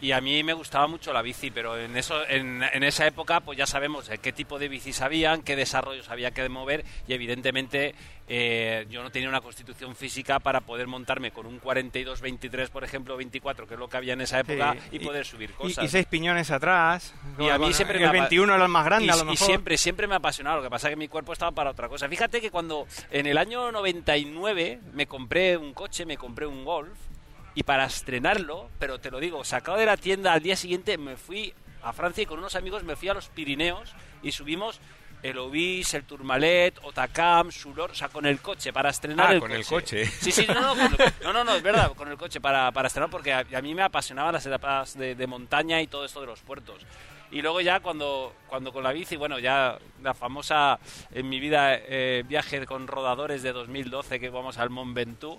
Speaker 6: Y a mí me gustaba mucho la bici, pero en eso, en, en esa época, pues ya sabemos qué tipo de bicis habían, qué desarrollos había que mover, y evidentemente eh, yo no tenía una constitución física para poder montarme con un cuarenta y dos veintitrés, por ejemplo, veinticuatro, que es lo que había en esa época,
Speaker 3: sí,
Speaker 6: y, y poder subir cosas.
Speaker 3: Y, y seis piñones atrás.
Speaker 6: Y a mí
Speaker 3: bueno,
Speaker 6: siempre
Speaker 3: el
Speaker 6: me
Speaker 3: veintiuno era el más grande,
Speaker 6: y,
Speaker 3: a lo mejor.
Speaker 6: Y siempre, siempre me ha apasionado. Lo que pasa es que mi cuerpo estaba para otra cosa. Fíjate que cuando en el año noventa y nueve me compré un coche, me compré un Golf, y para estrenarlo, pero te lo digo, sacado de la tienda al día siguiente me fui a Francia y con unos amigos me fui a los Pirineos y subimos el Obis, el Tourmalet, Otacam, Sulor, o sea, con el coche, para estrenar
Speaker 2: ah,
Speaker 6: el
Speaker 2: con
Speaker 6: coche.
Speaker 2: el coche.
Speaker 6: Sí, sí, no, no, no, no, no, no, es verdad, con el coche para, para estrenar, porque a, a mí me apasionaban las etapas de, de montaña y todo esto de los puertos. Y luego ya cuando, cuando con la bici, bueno, ya la famosa en mi vida eh, viaje con rodadores de dos mil doce que vamos al Mont Ventoux,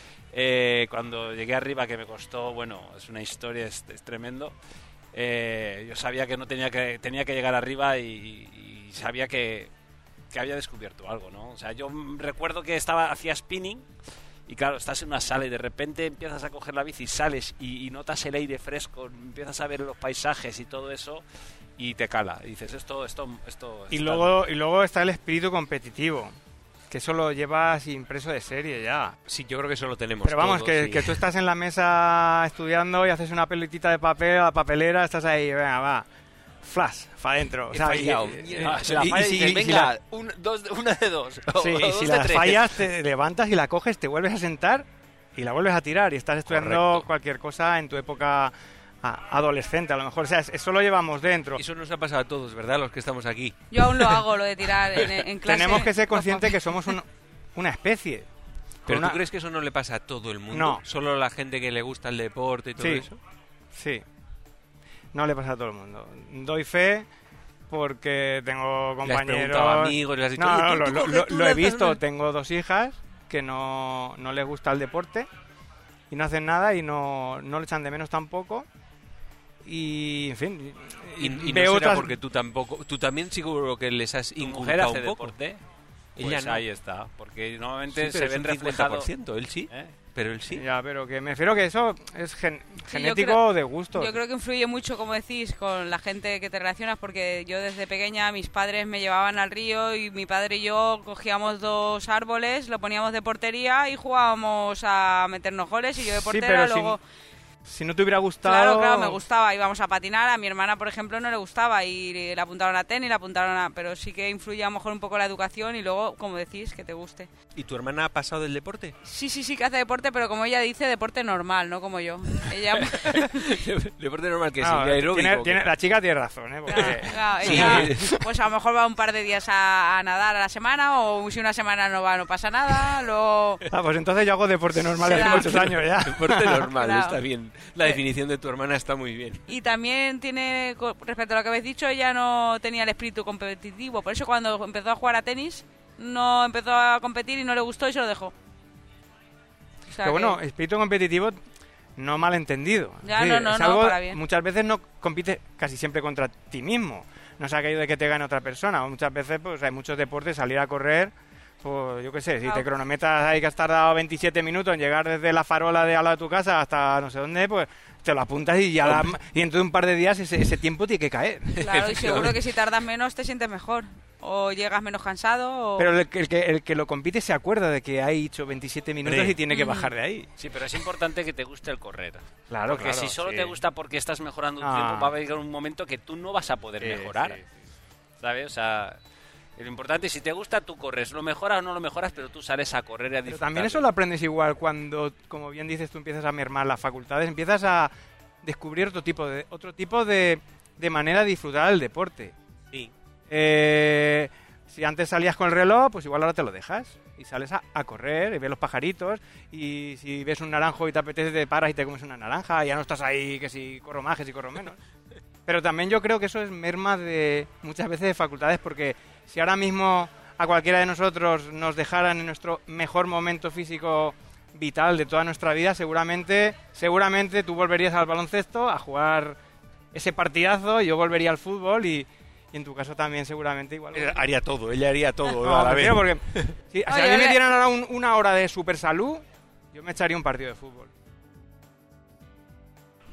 Speaker 6: eh, cuando llegué arriba, que me costó, bueno, es una historia, es, es tremendo. Eh, yo sabía que no tenía que tenía que llegar arriba y, y sabía que, que había descubierto algo, ¿no? O sea, yo recuerdo que estaba hacía spinning y claro, estás en una sala y de repente empiezas a coger la bici, sales y, y notas el aire fresco, empiezas a ver los paisajes y todo eso y te cala. Y dices, esto, esto, esto.
Speaker 3: Y
Speaker 6: está...
Speaker 3: luego, y luego está el espíritu competitivo, que eso lo llevas impreso de serie ya.
Speaker 2: Sí, yo creo que eso lo tenemos.
Speaker 3: Pero vamos,
Speaker 2: todos,
Speaker 3: que,
Speaker 2: sí.
Speaker 3: que tú estás en la mesa estudiando y haces una pelotita de papel a la papelera, estás ahí, venga, va, flash, para adentro. O sea, y,
Speaker 6: Ah, si la
Speaker 3: y-
Speaker 6: fallas,
Speaker 3: y si-
Speaker 6: dices,
Speaker 3: y si
Speaker 6: venga,
Speaker 3: la-
Speaker 6: un, dos, una de dos. o-
Speaker 3: sí,
Speaker 6: o
Speaker 3: y
Speaker 6: dos
Speaker 3: si
Speaker 6: de
Speaker 3: la
Speaker 6: tres.
Speaker 3: fallas, te levantas y la coges, te vuelves a sentar y la vuelves a tirar y estás estudiando
Speaker 2: Correcto.
Speaker 3: cualquier cosa en tu época ah, adolescente, a lo mejor. O sea, eso lo llevamos dentro.
Speaker 2: Eso nos ha pasado a todos, ¿verdad? Los que estamos aquí.
Speaker 4: Yo aún lo hago, lo de tirar en, en clase.
Speaker 3: Tenemos que ser conscientes que somos un- una especie.
Speaker 2: ¿Pero
Speaker 3: Una-
Speaker 2: tú crees que eso no le pasa a todo el mundo?
Speaker 3: No.
Speaker 2: ¿Solo a la gente que le gusta el deporte y todo
Speaker 3: Sí.
Speaker 2: eso?
Speaker 3: Sí, no le pasa a todo el mundo. Doy fe porque tengo
Speaker 2: Le has
Speaker 3: compañeros...
Speaker 2: preguntado a amigos, le has dicho,
Speaker 3: No,
Speaker 2: "Oye,
Speaker 3: no,
Speaker 2: tú-
Speaker 3: lo,
Speaker 2: tú
Speaker 3: lo-
Speaker 2: coges,
Speaker 3: lo-
Speaker 2: tú
Speaker 3: lo he
Speaker 2: lanzas
Speaker 3: visto.
Speaker 2: una".
Speaker 3: Tengo dos hijas que no, no les gusta el deporte y no hacen nada y no, no le echan de menos tampoco. Y, en fin,
Speaker 2: Y, y
Speaker 3: veo
Speaker 2: no será
Speaker 3: otras...
Speaker 2: porque tú tampoco... Tú también seguro que les has
Speaker 6: ¿Tu mujer
Speaker 2: inculcado
Speaker 6: hace
Speaker 2: un poco.
Speaker 6: deporte?
Speaker 2: Ella
Speaker 6: Pues
Speaker 2: no.
Speaker 6: ahí está, porque normalmente
Speaker 2: Sí, pero
Speaker 6: se
Speaker 2: es
Speaker 6: ven
Speaker 2: un cincuenta por
Speaker 6: reflejados.
Speaker 2: ciento, él sí,
Speaker 6: ¿Eh?
Speaker 2: pero él sí.
Speaker 3: Ya, pero que me refiero que eso es gen-
Speaker 4: Sí, yo
Speaker 3: genético
Speaker 4: creo-
Speaker 3: de gusto.
Speaker 4: Yo creo que influye mucho, como decís, con la gente que te relacionas, porque yo desde pequeña mis padres me llevaban al río y mi padre y yo cogíamos dos árboles, lo poníamos de portería y jugábamos a meternos goles y yo de
Speaker 3: Sí,
Speaker 4: portera
Speaker 3: pero sin-
Speaker 4: luego...
Speaker 3: Si no te hubiera gustado...
Speaker 4: Claro, claro, me gustaba. Íbamos a patinar. A mi hermana, por ejemplo, no le gustaba y le apuntaron a tenis, le apuntaron a... Pero sí que influye a lo mejor un poco la educación y luego, como decís, que te guste.
Speaker 2: ¿Y tu hermana ha pasado del deporte?
Speaker 4: Sí, sí, sí que hace deporte, pero como ella dice, deporte normal, no como yo. Ella...
Speaker 2: Deporte normal que
Speaker 3: No,
Speaker 2: sí, aeróbico.
Speaker 3: tiene-
Speaker 2: que-
Speaker 3: tiene- la chica tiene razón, ¿eh? Porque...
Speaker 4: Claro, claro,
Speaker 2: Sí.
Speaker 4: ella, pues a lo mejor va un par de días a, a nadar a la semana o si una semana no va, no pasa nada. Luego...
Speaker 3: Ah, pues entonces yo hago deporte normal desde
Speaker 4: Será.
Speaker 3: muchos años ya.
Speaker 2: Deporte normal,
Speaker 4: Claro.
Speaker 2: está bien. La definición de tu hermana está muy bien.
Speaker 4: Y también tiene, co- respecto a lo que habéis dicho, ella no tenía el espíritu competitivo. Por eso cuando empezó a jugar a tenis, no empezó a competir y no le gustó y se lo dejó. O sea
Speaker 3: Pero bueno,
Speaker 4: que-
Speaker 3: espíritu competitivo no malentendido.
Speaker 4: Ya,
Speaker 3: Es
Speaker 4: no,
Speaker 3: decir,
Speaker 4: no,
Speaker 3: es
Speaker 4: no,
Speaker 3: algo-
Speaker 4: para bien.
Speaker 3: Muchas veces no compites casi siempre contra ti mismo. No es aquello de que te gane otra persona. Muchas veces pues hay muchos deportes, salir a correr, pues yo qué sé, si
Speaker 4: Claro.
Speaker 3: te cronometras hay que estar dado veintisiete minutos en llegar desde la farola de al lado de tu casa hasta no sé dónde, pues te lo apuntas y ya la- y dentro de un par de días ese, ese tiempo tiene que caer.
Speaker 4: Claro, y seguro que si tardas menos te sientes mejor. O llegas menos cansado o...
Speaker 3: Pero el que, el, que, el que lo compite se acuerda de que ha hecho veintisiete minutos
Speaker 2: Hombre.
Speaker 3: y tiene que
Speaker 4: Mm.
Speaker 3: bajar de ahí.
Speaker 6: Sí, pero es importante que te guste el correr.
Speaker 3: Claro,
Speaker 6: Porque
Speaker 3: claro,
Speaker 6: si solo
Speaker 3: sí.
Speaker 6: te gusta porque estás mejorando tu
Speaker 3: Ah.
Speaker 6: tiempo, va a llegar un momento que tú no vas a poder
Speaker 3: Sí,
Speaker 6: mejorar.
Speaker 3: sí,
Speaker 6: ¿Sabes? O sea, lo importante es si te gusta, tú corres. Lo mejoras o no lo mejoras, pero tú sales a correr y a
Speaker 3: Pero
Speaker 6: disfrutar.
Speaker 3: también eso lo aprendes igual cuando, como bien dices, tú empiezas a mermar las facultades, empiezas a descubrir otro tipo de otro tipo de, de manera de disfrutar del deporte.
Speaker 2: Sí.
Speaker 3: Eh, si antes salías con el reloj, pues igual ahora te lo dejas y sales a, a correr y ves los pajaritos y si ves un naranjo y te apetece te paras y te comes una naranja y ya no estás ahí que si corro más, que si corro menos. Pero también yo creo que eso es merma de muchas veces de facultades porque si ahora mismo a cualquiera de nosotros nos dejaran en nuestro mejor momento físico vital de toda nuestra vida, seguramente seguramente tú volverías al baloncesto a jugar ese partidazo y yo volvería al fútbol y, y en tu caso también seguramente igual.
Speaker 2: Ella haría todo, ella haría todo
Speaker 3: No,
Speaker 2: a la
Speaker 3: me
Speaker 2: vez.
Speaker 3: refiero porque si, si
Speaker 4: Oye,
Speaker 3: a mí me
Speaker 4: oye.
Speaker 3: dieran ahora un- una hora de super salud, yo me echaría un partido de fútbol.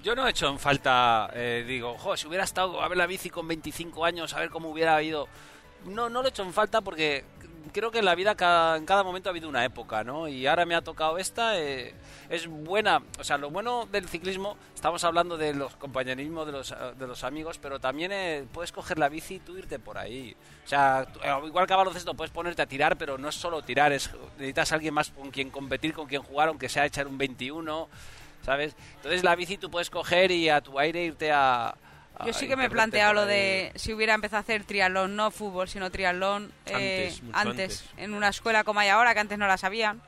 Speaker 6: Yo no he hecho en falta, eh, digo, jo, si hubiera estado a ver la bici con veinticinco años, a ver cómo hubiera ido. No, no lo he hecho en falta porque creo que en la vida cada, en cada momento ha habido una época, ¿no? Y ahora me ha tocado esta, eh, es buena. O sea, lo bueno del ciclismo, estamos hablando de los compañerismos de los, de los amigos, pero también eh, puedes coger la bici y tú irte por ahí. O sea, tú, igual que a baloncesto puedes ponerte a tirar, pero no es solo tirar, es necesitas a alguien más con quien competir, con quien jugar, aunque sea echar un veintiuno, ¿sabes? Entonces la bici tú puedes coger y a tu aire irte a... a
Speaker 4: Yo sí que me he planteado lo de si hubiera empezado a hacer triatlón, no fútbol, sino triatlón eh,
Speaker 2: Antes, mucho
Speaker 4: antes,
Speaker 2: antes.
Speaker 4: en una escuela como hay ahora, que antes no la sabían,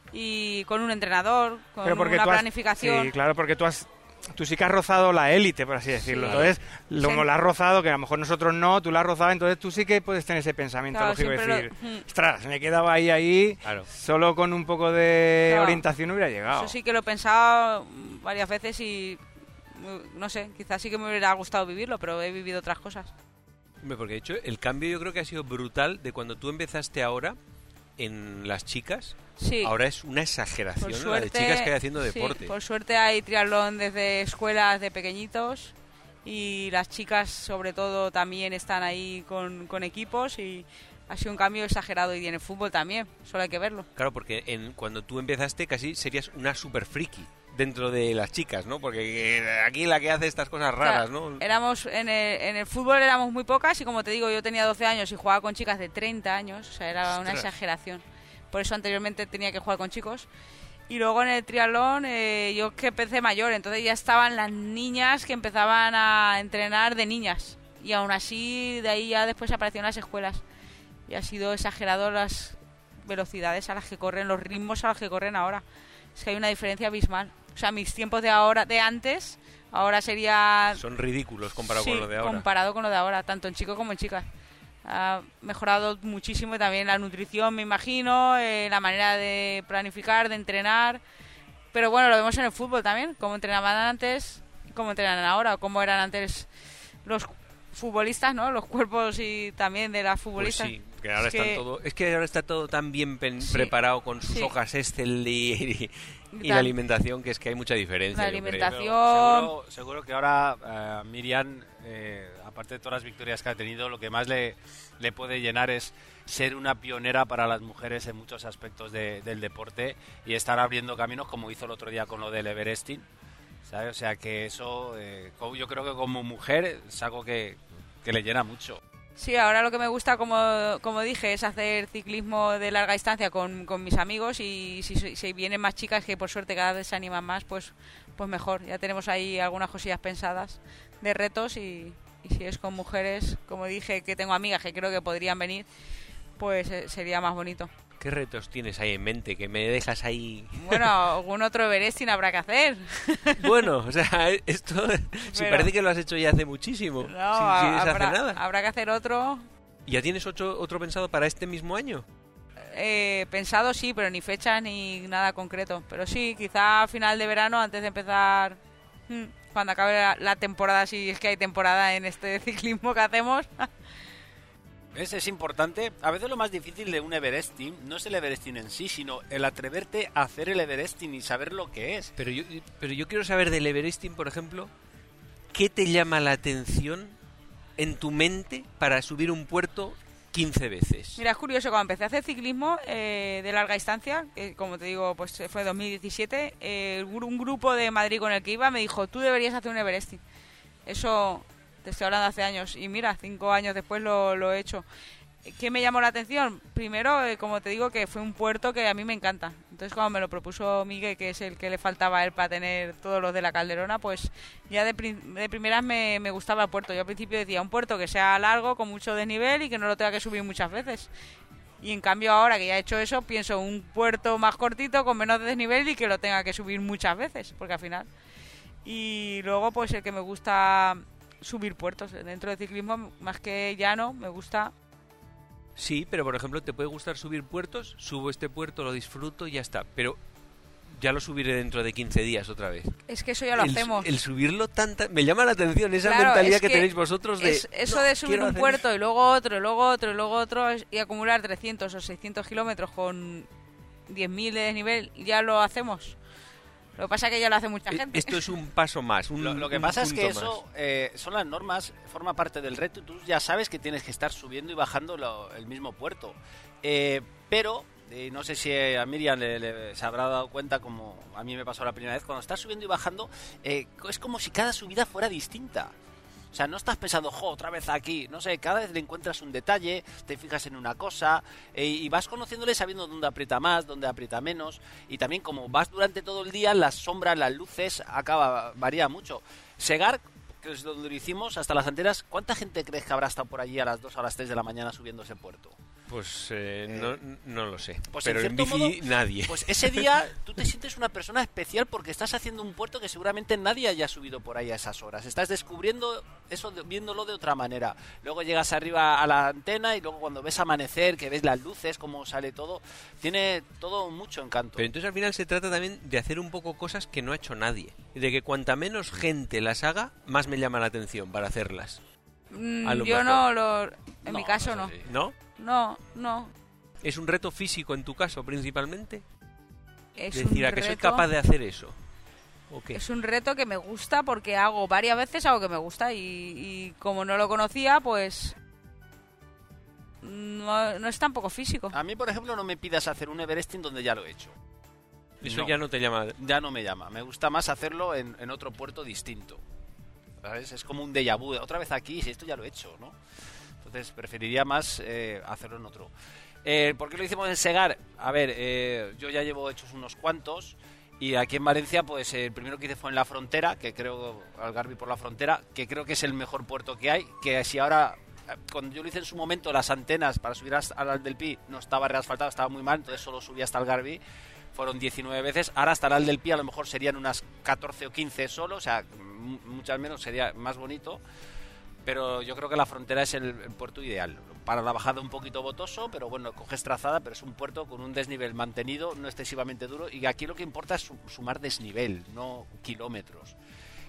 Speaker 4: y con un entrenador, con
Speaker 3: Pero porque
Speaker 4: una
Speaker 3: tú has-
Speaker 4: planificación.
Speaker 3: Sí, claro, porque tú has... Tú sí que has rozado la élite, por así decirlo.
Speaker 4: Sí.
Speaker 3: Entonces, lo-
Speaker 4: Sí.
Speaker 3: como la has rozado, que a lo mejor nosotros no, tú la has rozado, entonces tú sí que puedes tener ese pensamiento
Speaker 4: Claro,
Speaker 3: lógico de
Speaker 4: siempre
Speaker 3: decir,
Speaker 4: lo- mm.
Speaker 3: ostras, me he quedado ahí, ahí,
Speaker 2: Claro.
Speaker 3: solo con un poco de
Speaker 4: Claro.
Speaker 3: orientación hubiera llegado.
Speaker 4: Eso sí que lo he pensado mm, varias veces y mm, no sé, quizás sí que me hubiera gustado vivirlo, pero he vivido otras cosas.
Speaker 2: Hombre, porque de hecho el cambio yo creo que ha sido brutal de cuando tú empezaste ahora en las chicas.
Speaker 4: Sí.
Speaker 2: Ahora es una exageración
Speaker 4: Por
Speaker 2: la de
Speaker 4: suerte,
Speaker 2: chicas que hay haciendo
Speaker 4: sí,
Speaker 2: deporte.
Speaker 4: por suerte hay triatlón desde escuelas de pequeñitos y las chicas sobre todo también están ahí con, con equipos y ha sido un cambio exagerado y en el fútbol también, solo hay que verlo.
Speaker 2: Claro, porque en, cuando tú empezaste casi serías una super friki dentro de las chicas, ¿no? Porque eh, aquí la que hace estas cosas raras,
Speaker 4: O sea,
Speaker 2: ¿no?
Speaker 4: Éramos en el, en el fútbol éramos muy pocas y como te digo, yo tenía doce años y jugaba con chicas de treinta años, o sea, era una
Speaker 2: Ostras.
Speaker 4: exageración. Por eso anteriormente tenía que jugar con chicos. Y luego en el triatlón, eh, yo que empecé mayor, entonces ya estaban las niñas que empezaban a entrenar de niñas. Y aún así, de ahí ya después aparecieron las escuelas. Y ha sido exagerado las velocidades a las que corren, los ritmos a los que corren ahora. Es que hay una diferencia abismal. O sea, mis tiempos de ahora, de antes, ahora sería...
Speaker 2: Son ridículos comparado
Speaker 4: Sí,
Speaker 2: con lo de ahora.
Speaker 4: comparado con lo de ahora, tanto en chicos como en chicas. Ha mejorado muchísimo y también la nutrición, me imagino, eh, la manera de planificar, de entrenar. Pero bueno, lo vemos en el fútbol también, cómo entrenaban antes, cómo entrenan ahora, o cómo eran antes los futbolistas, ¿no? Los cuerpos y también de las
Speaker 2: Pues
Speaker 4: futbolistas.
Speaker 2: sí, que ahora
Speaker 4: Es
Speaker 2: están
Speaker 4: que-
Speaker 2: todo, es que ahora está todo tan bien pen-
Speaker 4: Sí,
Speaker 2: preparado con sus
Speaker 4: sí.
Speaker 2: hojas Excel y, y- y la
Speaker 4: tal.
Speaker 2: alimentación, que es que hay mucha diferencia.
Speaker 4: La
Speaker 2: yo creo.
Speaker 4: alimentación.
Speaker 6: Pero seguro, seguro que ahora eh, Miriam, eh, aparte de todas las victorias que ha tenido, lo que más le, le puede llenar es ser una pionera para las mujeres en muchos aspectos de- del deporte y estar abriendo caminos como hizo el otro día con lo del Everesting, ¿sabes? O sea que eso, eh, co- yo creo que como mujer es algo que, que le llena mucho.
Speaker 4: Sí, ahora lo que me gusta, como, como dije, es hacer ciclismo de larga distancia con, con mis amigos y si, si vienen más chicas, que por suerte cada vez se animan más, pues, pues mejor. Ya tenemos ahí algunas cosillas pensadas de retos y, y si es con mujeres, como dije, que tengo amigas que creo que podrían venir, pues eh, sería más bonito.
Speaker 2: ¿Qué retos tienes ahí en mente? Que me dejas ahí...
Speaker 4: Bueno, algún otro Everesting habrá que hacer.
Speaker 2: Bueno, o sea, esto... Si
Speaker 4: Pero-
Speaker 2: parece que lo has hecho ya hace muchísimo.
Speaker 4: No,
Speaker 2: sin, sin hacer
Speaker 4: habrá,
Speaker 2: nada.
Speaker 4: habrá que hacer otro.
Speaker 2: ¿Ya tienes otro, otro pensado para este mismo año?
Speaker 4: Eh, pensado sí, pero ni fecha ni nada concreto. Pero sí, quizá a final de verano, antes de empezar, hmm, cuando acabe la, la temporada, si es que hay temporada en este ciclismo que hacemos.
Speaker 6: ¿Ves? Es importante. A veces lo más difícil de un Everesting no es el Everesting en sí, sino el atreverte a hacer el Everesting y saber lo que es.
Speaker 2: Pero yo, pero yo quiero saber del Everesting, por ejemplo, ¿qué te llama la atención en tu mente para subir un puerto quince veces?
Speaker 4: Mira, es curioso, cuando empecé a hacer ciclismo eh, de larga distancia, que como te digo, pues fue dos mil diecisiete, eh, un grupo de Madrid con el que iba me dijo, tú deberías hacer un Everesting. Eso te estoy hablando hace años y mira, cinco años después lo, lo he hecho. ¿Qué me llamó la atención? Primero, eh, como te digo, que fue un puerto que a mí me encanta. Entonces, cuando me lo propuso Miguel, que es el que le faltaba a él para tener todos los de la Calderona, pues ya de, prim- de primeras me, me gustaba el puerto. Yo al principio decía, un puerto que sea largo, con mucho desnivel y que no lo tenga que subir muchas veces. Y en cambio ahora que ya he hecho eso, pienso un puerto más cortito, con menos desnivel y que lo tenga que subir muchas veces, porque al final... Y luego, pues el que me gusta subir puertos dentro del ciclismo, más que llano, me gusta...
Speaker 2: Sí, pero por ejemplo, te puede gustar subir puertos, subo este puerto, lo disfruto y ya está. Pero ya lo subiré dentro de quince días otra vez.
Speaker 4: Es que eso ya lo
Speaker 2: el,
Speaker 4: hacemos.
Speaker 2: El subirlo tanta... Me llama la atención esa
Speaker 4: Claro,
Speaker 2: mentalidad
Speaker 4: es
Speaker 2: que,
Speaker 4: que
Speaker 2: tenéis vosotros de...
Speaker 4: Es- eso
Speaker 2: "No,
Speaker 4: de subir
Speaker 2: quiero
Speaker 4: un
Speaker 2: hacer
Speaker 4: puerto y luego otro, y luego otro, y luego otro es- y acumular trescientos o seiscientos kilómetros con diez mil de desnivel, ya lo hacemos. Lo que pasa es que ya lo hace mucha gente.
Speaker 2: Esto es un paso más. Un,
Speaker 6: lo, lo que
Speaker 2: un
Speaker 6: pasa es que
Speaker 2: punto
Speaker 6: eso eh, son las normas, forma parte del reto. Tú ya sabes que tienes que estar subiendo y bajando lo, el mismo puerto. Eh, pero, eh, no sé si a Miriam le, le, se habrá dado cuenta, como a mí me pasó la primera vez, cuando estás subiendo y bajando, eh, es como si cada subida fuera distinta. O sea, no estás pensando, jo, otra vez aquí. No sé, cada vez le encuentras un detalle, te fijas en una cosa eh, y vas conociéndole sabiendo dónde aprieta más, dónde aprieta menos. Y también como vas durante todo el día, las sombras, las luces, acaba varía mucho. Segar, que es donde lo hicimos, hasta las antenas, ¿cuánta gente crees que habrá estado por allí a las dos o a las tres de la mañana subiendo ese puerto?
Speaker 2: Pues eh, eh, no, no lo sé.
Speaker 6: Pues
Speaker 2: pero
Speaker 6: en,
Speaker 2: en bici
Speaker 6: modo,
Speaker 2: nadie.
Speaker 6: Pues ese día tú te sientes una persona especial porque estás haciendo un puerto que seguramente nadie haya subido por ahí a esas horas. Estás descubriendo eso, viéndolo de otra manera. Luego llegas arriba a la antena y luego cuando ves amanecer, que ves las luces, cómo sale todo, tiene todo mucho encanto.
Speaker 2: Pero entonces al final se trata también de hacer un poco cosas que no ha hecho nadie. Y de que cuanta menos gente las haga, más me llama la atención para hacerlas.
Speaker 4: Mm,
Speaker 2: A lo
Speaker 4: yo
Speaker 2: mejor.
Speaker 4: no, lo, en
Speaker 6: No,
Speaker 4: mi caso
Speaker 6: no
Speaker 4: no.
Speaker 6: es así.
Speaker 2: ¿No?
Speaker 4: No, no.
Speaker 2: ¿Es un reto físico en tu caso principalmente?
Speaker 4: Es
Speaker 2: Decir,
Speaker 4: un
Speaker 2: ¿a que soy
Speaker 4: reto-
Speaker 2: capaz de hacer eso? ¿O qué?
Speaker 4: Es un reto que me gusta porque hago varias veces algo que me gusta y, y como no lo conocía, pues no, no es tampoco físico.
Speaker 6: A mí, por ejemplo, no me pidas hacer un Everesting donde ya lo he hecho.
Speaker 2: Eso
Speaker 6: No.
Speaker 2: ya no te llama...
Speaker 6: Ya no me llama. Me gusta más hacerlo en, en otro puerto distinto. ¿Sabes? Es como un déjà vu. Otra vez aquí, si esto ya lo he hecho, ¿no? Entonces preferiría más eh, hacerlo en otro. Eh, ¿Por qué lo hicimos en Segar? A ver, eh, yo ya llevo hechos unos cuantos. Y aquí en Valencia, pues eh, el primero que hice fue en La Frontera, que creo, Algarve por La Frontera, que creo que es el mejor puerto que hay. Que si ahora, cuando yo lo hice en su momento, las antenas para subir hasta al del Pi no estaba reasfaltado, estaba muy mal, entonces solo subí hasta Algarve. Fueron diecinueve veces. Ahora hasta el Al del Pi a lo mejor serían unas catorce o quince solo, o sea, m- muchas menos, sería más bonito. Pero yo creo que La Frontera es el, el puerto ideal. Para la bajada un poquito botoso, pero bueno, coges trazada, pero es un puerto con un desnivel mantenido, no excesivamente duro. Y aquí lo que importa es su- sumar desnivel, no kilómetros.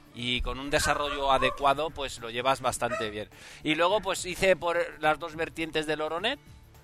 Speaker 6: Y con un desarrollo adecuado, pues lo llevas bastante bien. Y luego, pues hice por las dos vertientes del Oronet,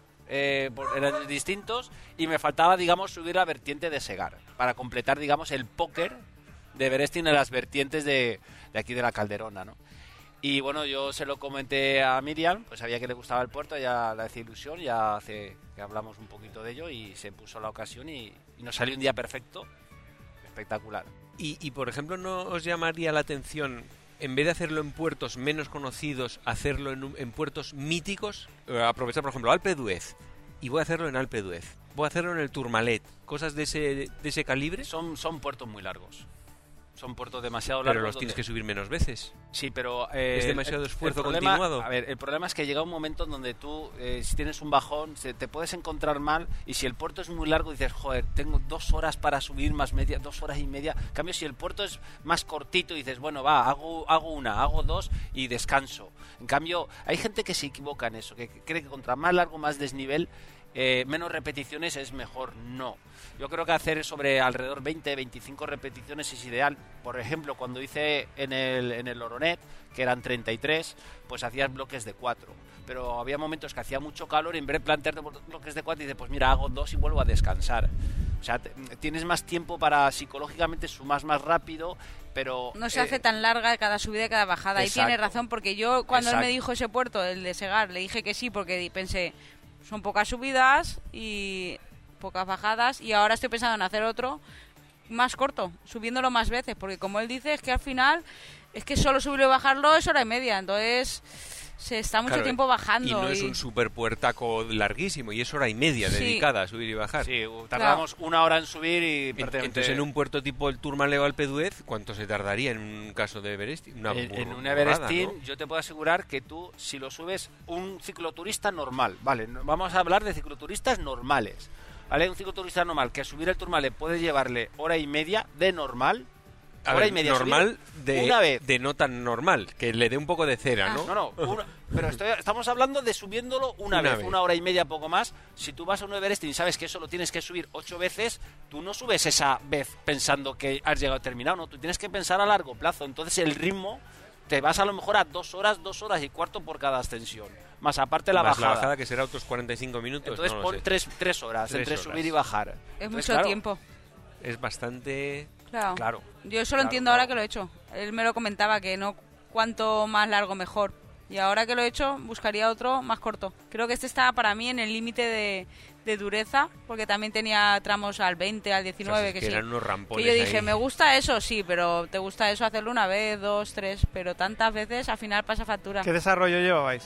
Speaker 6: eh, por, eran distintos, y me faltaba, digamos, subir la vertiente de Segar, para completar, digamos, el póker de Everesting en las vertientes de, de aquí de la Calderona, ¿no? Y bueno, yo se lo comenté a Miriam, pues sabía que le gustaba el puerto, ya le hacía ilusión, ya hace que hablamos un poquito de ello y se puso la ocasión y, y nos salió un día perfecto, espectacular.
Speaker 2: Y, y, por ejemplo, ¿no os llamaría la atención, en vez de hacerlo en puertos menos conocidos, hacerlo en, un- en puertos míticos? Eh, aprovechar, por ejemplo, Alpe d'Huez, y voy a hacerlo en Alpe d'Huez. Voy a hacerlo en el Tourmalet. Cosas de ese, de ese calibre,
Speaker 6: Son, son puertos muy largos. Son puertos demasiado
Speaker 2: pero
Speaker 6: largos.
Speaker 2: los tienes
Speaker 6: donde-
Speaker 2: que subir menos veces.
Speaker 6: Sí, pero... eh,
Speaker 2: Es demasiado
Speaker 6: el- el
Speaker 2: esfuerzo
Speaker 6: problema-
Speaker 2: continuado.
Speaker 6: A ver, el problema es que llega un momento en donde tú, eh, si tienes un bajón, se, te puedes encontrar mal y si el puerto es muy largo dices, joder, tengo dos horas para subir más media, dos horas y media. En cambio, si el puerto es más cortito dices, bueno, va, hago, hago una, hago dos y descanso. En cambio, hay gente que se equivoca en eso, que cree que contra más largo, más desnivel, eh, menos repeticiones es mejor. No. Yo creo que hacer sobre alrededor veinte, veinticinco repeticiones es ideal. Por ejemplo, cuando hice en el, en el Oronet, que eran treinta y tres, pues hacías bloques de cuatro. Pero había momentos que hacía mucho calor y en vez de plantearte bloques de cuatro, dices, pues mira, hago dos y vuelvo a descansar. O sea, te, tienes más tiempo para psicológicamente sumar más rápido, pero...
Speaker 4: No se
Speaker 6: eh,
Speaker 4: hace tan larga cada subida y cada bajada. Ahí
Speaker 6: exacto.
Speaker 4: tiene razón, porque yo cuando él me
Speaker 6: Exacto.
Speaker 4: dijo ese puerto, el de Segar, le dije que sí, porque di- pensé, son pocas subidas y pocas bajadas, y ahora estoy pensando en hacer otro más corto, subiéndolo más veces, porque como él dice, es que al final, es que solo subirlo y bajarlo es hora y media, entonces se está mucho
Speaker 2: Claro,
Speaker 4: tiempo bajando.
Speaker 2: Y no es
Speaker 4: y-
Speaker 2: un super puertaco larguísimo, y es hora y media
Speaker 4: Sí.
Speaker 2: dedicada a subir y bajar.
Speaker 6: Sí, tardamos una hora en subir y
Speaker 2: En-
Speaker 6: prácticamente-
Speaker 2: Entonces, en un puerto tipo el Tourmalet o Alpe d'Huez, ¿cuánto se tardaría en un caso de Everesting? Una
Speaker 6: En, en
Speaker 2: burrada,
Speaker 6: un Everesting,
Speaker 2: ¿no?
Speaker 6: yo te puedo asegurar que tú, si lo subes, un cicloturista normal, vale, no- vamos a hablar de cicloturistas normales, ¿vale? Un cicloturista normal que a subir el Tourmalet puede llevarle hora y media de normal,
Speaker 2: A
Speaker 6: hora
Speaker 2: ver,
Speaker 6: y media
Speaker 2: normal
Speaker 6: subir
Speaker 2: de,
Speaker 6: una vez.
Speaker 2: de no tan normal, que le dé un poco de cera,
Speaker 4: Ah.
Speaker 2: ¿no?
Speaker 6: No, no, una- pero estoy- estamos hablando de subiéndolo una,
Speaker 2: Una
Speaker 6: vez,
Speaker 2: vez.
Speaker 6: una hora y media, poco más. Si tú vas a un Everesting y sabes que eso lo tienes que subir ocho veces, tú no subes esa vez pensando que has llegado terminado, no, tú tienes que pensar a largo plazo. Entonces el ritmo te vas a lo mejor a dos horas, dos horas y cuarto por cada ascensión, más aparte la
Speaker 2: Más
Speaker 6: bajada.
Speaker 2: la bajada, que será otros cuarenta y cinco minutos,
Speaker 6: Entonces
Speaker 2: no lo
Speaker 6: pon
Speaker 2: sé.
Speaker 6: tres, tres horas
Speaker 2: Tres
Speaker 6: entre
Speaker 2: horas.
Speaker 6: subir y bajar.
Speaker 4: Es
Speaker 6: Entonces,
Speaker 4: mucho
Speaker 6: claro,
Speaker 4: tiempo.
Speaker 2: Es bastante...
Speaker 4: Claro.
Speaker 6: Claro.
Speaker 4: Yo eso lo
Speaker 6: Claro,
Speaker 4: entiendo
Speaker 6: claro.
Speaker 4: ahora que lo he hecho. Él me lo comentaba, que no cuanto más largo mejor. Y ahora que lo he hecho, buscaría otro más corto. Creo que este estaba para mí en el límite de, de dureza, porque también tenía tramos al veinte, al diecinueve,
Speaker 2: O sea, es
Speaker 4: que,
Speaker 2: que
Speaker 4: sí.
Speaker 2: eran unos rampones
Speaker 4: Que yo dije,
Speaker 2: ahí.
Speaker 4: me gusta eso, sí, pero te gusta eso hacerlo una vez, dos, tres, pero tantas veces al final pasa factura.
Speaker 3: ¿Qué desarrollo llevabais?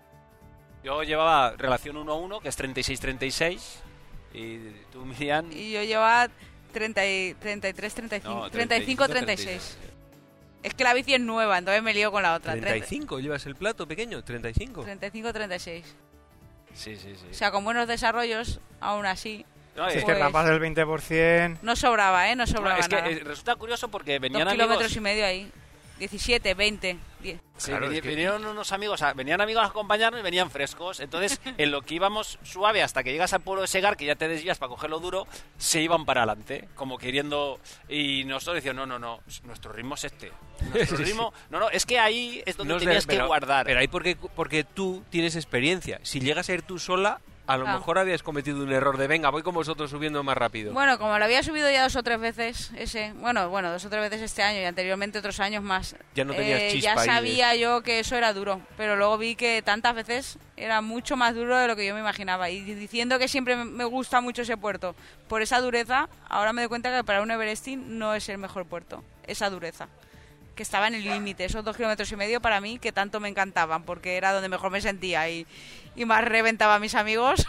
Speaker 6: Yo llevaba relación uno a uno, que es treinta y seis treinta y seis, y tú, Miriam...
Speaker 4: Y yo llevaba treinta y, treinta y tres, treinta y cinco,
Speaker 6: No,
Speaker 4: treinta y cinco, treinta y seis. Es que la bici es nueva, entonces me lío con la otra.
Speaker 2: ¿treinta y cinco llevas el plato pequeño? ¿treinta y cinco?
Speaker 4: treinta y cinco, treinta y seis.
Speaker 6: Sí, sí, sí.
Speaker 4: O sea, con buenos desarrollos, aún así,
Speaker 6: No,
Speaker 3: Si
Speaker 6: eh,
Speaker 3: es que
Speaker 4: Pues-
Speaker 3: rampas del veinte por ciento...
Speaker 4: no sobraba, ¿eh? No
Speaker 6: no,
Speaker 4: sobraba
Speaker 6: es que
Speaker 4: nada.
Speaker 6: eh, resulta curioso porque venían
Speaker 4: Dos
Speaker 6: amigos...
Speaker 4: kilómetros y medio ahí. diecisiete, veinte, diez.
Speaker 6: Sí,
Speaker 2: Claro,
Speaker 6: veni-
Speaker 2: es que-
Speaker 6: vinieron unos amigos, a- venían amigos a acompañarnos y venían frescos. Entonces, en lo que íbamos suave hasta que llegas al pueblo de Segar, que ya te desvías para cogerlo duro, se iban para adelante, como queriendo. Y nosotros decíamos, no, no, no, nuestro ritmo es este. Nuestro
Speaker 2: Sí, sí.
Speaker 6: ritmo. No, no, es que ahí es donde
Speaker 2: No es de-
Speaker 6: tenías que
Speaker 2: pero-
Speaker 6: guardar.
Speaker 2: Pero ahí porque, porque tú tienes experiencia. Si llegas a ir tú sola, a lo
Speaker 4: Ah.
Speaker 2: mejor habías cometido un error de venga, voy con vosotros subiendo más rápido.
Speaker 4: Bueno, como lo había subido ya dos o tres veces, ese, bueno, bueno, dos o tres veces este año y anteriormente otros años más.
Speaker 2: Ya no tenías
Speaker 4: eh,
Speaker 2: chispa
Speaker 4: Ya
Speaker 2: ahí de-
Speaker 4: sabía yo que eso era duro, pero luego vi que tantas veces era mucho más duro de lo que yo me imaginaba. Y diciendo que siempre me gusta mucho ese puerto por esa dureza, ahora me doy cuenta que para un Everesting no es el mejor puerto, esa dureza. Que estaba en el límite, esos dos kilómetros y medio para mí que tanto me encantaban, porque era donde mejor me sentía y, y más reventaba a mis amigos.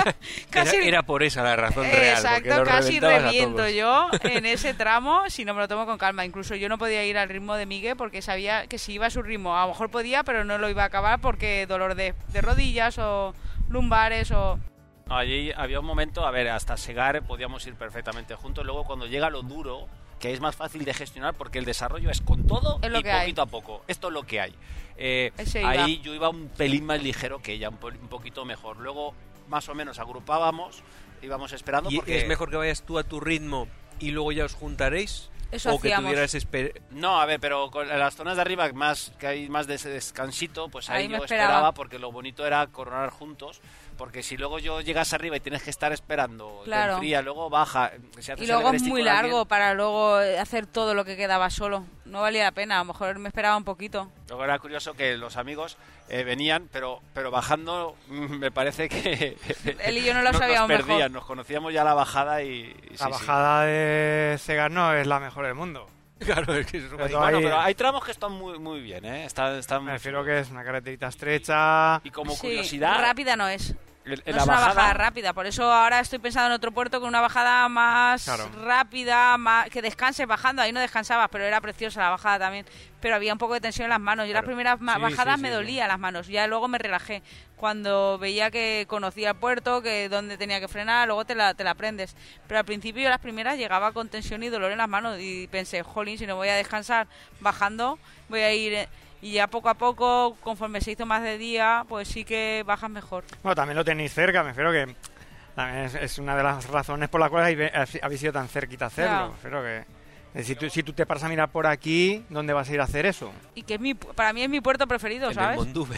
Speaker 2: Era, era por esa la razón real. porque
Speaker 4: Exacto,
Speaker 2: los
Speaker 4: casi
Speaker 2: reventabas a
Speaker 4: reviento
Speaker 2: todos.
Speaker 4: yo en ese tramo si no me lo tomo con calma. Incluso yo no podía ir al ritmo de Miguel porque sabía que si iba a su ritmo, a lo mejor podía, pero no lo iba a acabar porque dolor de, de rodillas o lumbares o...
Speaker 6: No, allí había un momento, a ver, hasta Segar podíamos ir perfectamente juntos. Luego, cuando llega lo duro, que es más fácil de gestionar porque el desarrollo es con todo
Speaker 4: Es lo
Speaker 6: y
Speaker 4: que hay.
Speaker 6: poquito a poco. Esto es lo que hay. Eh,
Speaker 4: Ese iba.
Speaker 6: ahí yo iba un pelín más ligero que ella, un, po- un poquito mejor. Luego, más o menos, agrupábamos, íbamos esperando
Speaker 2: ¿Y
Speaker 6: porque...
Speaker 2: es mejor que vayas tú a tu ritmo y luego ya os juntaréis?
Speaker 4: Eso
Speaker 2: ¿O que
Speaker 4: hacíamos.
Speaker 2: tuvieras esper-
Speaker 6: No, a ver, pero con en las zonas de arriba más que hay más de ese descansito, pues ahí,
Speaker 4: Ahí me
Speaker 6: yo
Speaker 4: esperaba.
Speaker 6: esperaba porque lo bonito era coronar juntos, porque si luego yo llegas arriba y tienes que estar esperando,
Speaker 4: Claro.
Speaker 6: te enfría, luego baja, si haces
Speaker 4: Y luego
Speaker 6: el
Speaker 4: es
Speaker 6: Everesting
Speaker 4: muy
Speaker 6: con alguien-
Speaker 4: largo para luego hacer todo lo que quedaba solo. No valía la pena, a lo mejor me esperaba un poquito.
Speaker 6: Luego era curioso que los amigos eh, venían, pero pero bajando mm, me parece que
Speaker 4: Él y yo no lo
Speaker 6: nos-
Speaker 4: sabíamos
Speaker 6: nos
Speaker 4: mejor.
Speaker 6: perdían, nos conocíamos ya la bajada y, y
Speaker 3: La
Speaker 6: sí, sí.
Speaker 3: bajada de Segar no es la mejor del mundo.
Speaker 2: Claro, es que eso es
Speaker 3: Pero
Speaker 2: un-
Speaker 6: Bueno,
Speaker 3: ahí-
Speaker 6: pero hay tramos que están muy muy bien, ¿eh? Están, están
Speaker 3: Me refiero que es una carreterita estrecha.
Speaker 6: y como
Speaker 4: Sí,
Speaker 6: curiosidad,
Speaker 4: rápida no es.
Speaker 6: en- en
Speaker 4: No
Speaker 6: la
Speaker 4: es una
Speaker 6: bajada,
Speaker 4: bajada rápida, por eso ahora estoy pensando en otro puerto con una bajada más
Speaker 3: Claro.
Speaker 4: rápida, más que descanses bajando. Ahí no descansabas, pero era preciosa la bajada también. Pero había un poco de tensión en las manos. Yo
Speaker 2: Claro.
Speaker 4: las primeras ma-
Speaker 2: Sí,
Speaker 4: bajadas
Speaker 2: sí,
Speaker 4: me
Speaker 2: sí,
Speaker 4: dolía las manos, ya luego me relajé. Cuando veía que conocía el puerto, que dónde tenía que frenar, luego te la, te la aprendes. Pero al principio yo las primeras llegaba con tensión y dolor en las manos y pensé, jolín, si no voy a descansar bajando, voy a ir... eh, Y ya poco a poco, conforme se hizo más de día, pues sí que bajas mejor.
Speaker 3: Bueno, también lo tenéis cerca, me refiero que también es, es una de las razones por las cuales habéis, habéis ido tan cerquita a hacerlo.
Speaker 4: Claro.
Speaker 3: Me refiero que eh, si tú, si tú te paras a mirar por aquí, ¿dónde vas a ir a hacer eso?
Speaker 4: Y que es mi, para mí es mi puerto preferido,
Speaker 2: en el
Speaker 4: ¿sabes?
Speaker 2: Mondúber.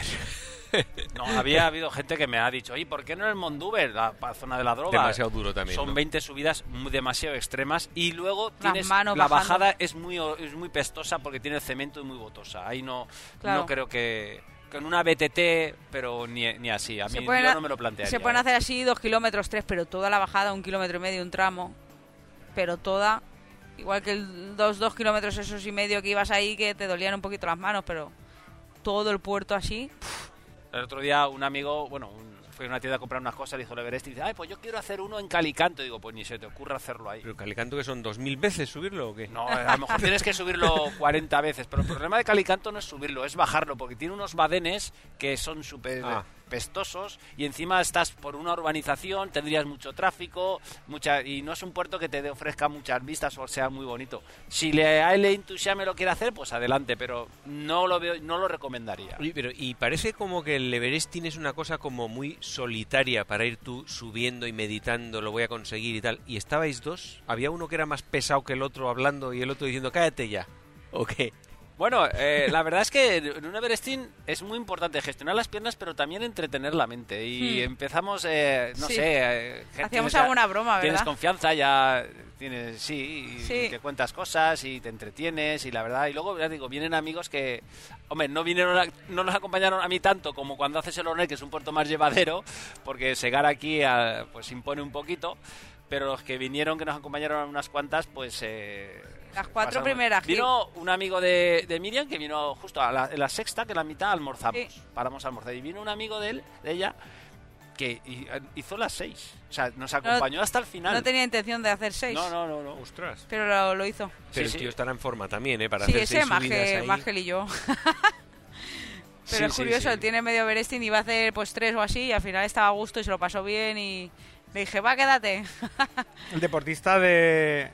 Speaker 6: no, había habido gente que me ha dicho, oye, ¿por qué no en el Mondúber, la pa- zona de la droga?
Speaker 2: Demasiado duro también.
Speaker 6: Son
Speaker 2: ¿no?
Speaker 6: veinte subidas muy, demasiado extremas y luego
Speaker 4: Las
Speaker 6: tienes
Speaker 4: manos
Speaker 6: la
Speaker 4: bajando.
Speaker 6: bajada es muy o- es muy pestosa porque tiene el cemento y muy botosa. Ahí no
Speaker 4: Claro.
Speaker 6: no creo que con una B T T, pero ni, ni así. A mí
Speaker 4: Se pueden,
Speaker 6: yo
Speaker 4: ha-
Speaker 6: no me lo plantearía.
Speaker 4: se pueden
Speaker 6: ¿eh?
Speaker 4: hacer así dos kilómetros, tres, pero toda la bajada, un kilómetro y medio, un tramo. Pero toda, igual que el dos, dos kilómetros esos y medio que ibas ahí, que te dolían un poquito las manos, pero todo el puerto así.
Speaker 6: El otro día un amigo, bueno, un- fue a una tienda a comprar unas cosas, dijo el Everest y dice, ay, pues yo quiero hacer uno en Calicanto. Digo, pues ni se te ocurra hacerlo ahí.
Speaker 2: ¿Pero Calicanto que son dos mil veces subirlo o qué?
Speaker 6: No, a lo mejor tienes que subirlo cuarenta veces, pero el problema de Calicanto no es subirlo, es bajarlo, porque tiene unos badenes que son súper
Speaker 2: Ah.
Speaker 6: pestosos y encima estás por una urbanización, tendrías mucho tráfico, mucha y no es un puerto que te ofrezca muchas vistas o sea muy bonito. Si le, a él le entusiasma y lo quiere hacer, pues adelante, pero no lo veo, no lo recomendaría.
Speaker 2: Oye, pero y parece como que el Everesting es una cosa como muy solitaria para ir tú subiendo y meditando, lo voy a conseguir y tal. ¿Y estabais dos? ¿Había uno que era más pesado que el otro hablando y el otro diciendo cállate ya? ¿O qué?
Speaker 6: Bueno, eh, la verdad es que en un Everesting es muy importante gestionar las piernas, pero también entretener la mente. Y hmm. empezamos, eh, no
Speaker 4: sí.
Speaker 6: sé... Eh,
Speaker 4: Hacíamos alguna broma, ¿verdad?
Speaker 6: Tienes confianza, ya tienes, sí,
Speaker 4: sí.
Speaker 6: Y te cuentas cosas y te entretienes y la verdad... Y luego, ya digo, vienen amigos que... Hombre, no vinieron a, no nos acompañaron a mí tanto como cuando haces el Ornate, que es un puerto más llevadero, porque llegar aquí a, pues impone un poquito, pero los que vinieron, que nos acompañaron unas cuantas, pues... Eh,
Speaker 4: Las cuatro
Speaker 6: pasamos.
Speaker 4: primeras.
Speaker 6: Vino un amigo de, de Miriam que vino justo a la, en la sexta, que en la mitad almorzamos.
Speaker 4: Sí.
Speaker 6: Paramos a almorzar. Y vino un amigo de él, de ella, que hizo las seis. O sea, nos acompañó
Speaker 4: no,
Speaker 6: hasta el final.
Speaker 4: No tenía intención de hacer seis.
Speaker 6: No, no, no. no.
Speaker 2: Ostras.
Speaker 4: Pero lo, lo hizo.
Speaker 2: Pero
Speaker 6: sí,
Speaker 2: el
Speaker 6: sí.
Speaker 2: tío estará en forma también, ¿eh? Para
Speaker 4: sí,
Speaker 2: hacer
Speaker 4: ese
Speaker 2: seis
Speaker 4: Magel,
Speaker 2: subidas ahí.
Speaker 4: Magel y yo. Pero
Speaker 2: sí,
Speaker 4: es curioso,
Speaker 2: sí, sí.
Speaker 4: él tiene medio Everesting y va a hacer pues tres o así y al final estaba a gusto y se lo pasó bien y le dije, va, quédate.
Speaker 3: El deportista de,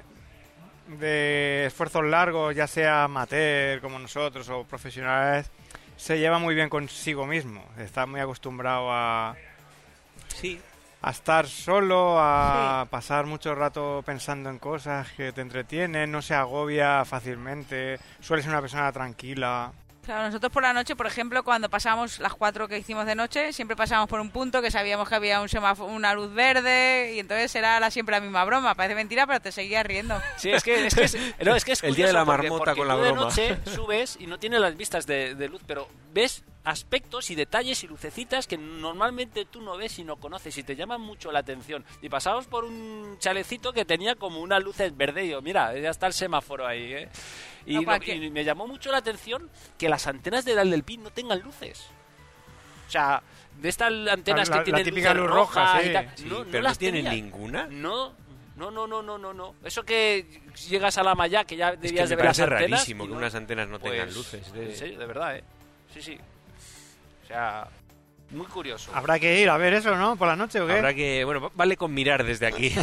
Speaker 3: de esfuerzos largos, ya sea amateur como nosotros o profesionales, se lleva muy bien consigo mismo. Está muy acostumbrado a,
Speaker 2: sí.
Speaker 3: a estar solo, a
Speaker 4: Sí.
Speaker 3: pasar mucho rato pensando en cosas que te entretienen, no se agobia fácilmente, suele ser una persona tranquila.
Speaker 4: Claro, nosotros por la noche, por ejemplo, cuando pasamos las cuatro que hicimos de noche, siempre pasábamos por un punto que sabíamos que había un semáforo, una luz verde, y entonces era la, siempre la misma broma. Parece mentira, pero te seguías riendo.
Speaker 6: Sí, es que es, que es, no, es, que es
Speaker 2: el día de la
Speaker 6: porque,
Speaker 2: marmota
Speaker 6: porque
Speaker 2: con la
Speaker 6: tú
Speaker 2: broma.
Speaker 6: de noche subes y no tienes las vistas de, de luz, pero ves aspectos y detalles y lucecitas que normalmente tú no ves y no conoces y te llaman mucho la atención. Y pasamos por un chalecito que tenía como unas luces verdes y yo, mira, ya está el semáforo ahí, ¿eh? Y,
Speaker 4: No,
Speaker 6: lo-
Speaker 4: cualquier-
Speaker 6: y me llamó mucho la atención que las antenas de del Pin no tengan luces. O sea, de estas antenas
Speaker 3: La- la
Speaker 6: que tienen
Speaker 3: típica
Speaker 6: luces
Speaker 3: luz roja,
Speaker 6: rojas
Speaker 3: sí.
Speaker 6: y tal,
Speaker 2: Sí,
Speaker 6: no, no
Speaker 2: pero no
Speaker 6: las
Speaker 2: tienen
Speaker 6: tenían.
Speaker 2: ninguna.
Speaker 6: No, no, no, no, no, no, no. Eso que llegas a la malla, que ya
Speaker 2: Es que
Speaker 6: debías
Speaker 2: me
Speaker 6: de ver las
Speaker 2: parece
Speaker 6: antenas.
Speaker 2: rarísimo
Speaker 6: y
Speaker 2: que
Speaker 6: no-
Speaker 2: unas antenas no tengan
Speaker 6: pues,
Speaker 2: luces. de-
Speaker 6: En serio, de verdad, ¿eh? Sí, sí. O sea, muy curioso.
Speaker 3: Habrá que ir a ver eso, ¿no? ¿Por la noche o qué?
Speaker 2: Habrá que, bueno, vale con mirar desde aquí.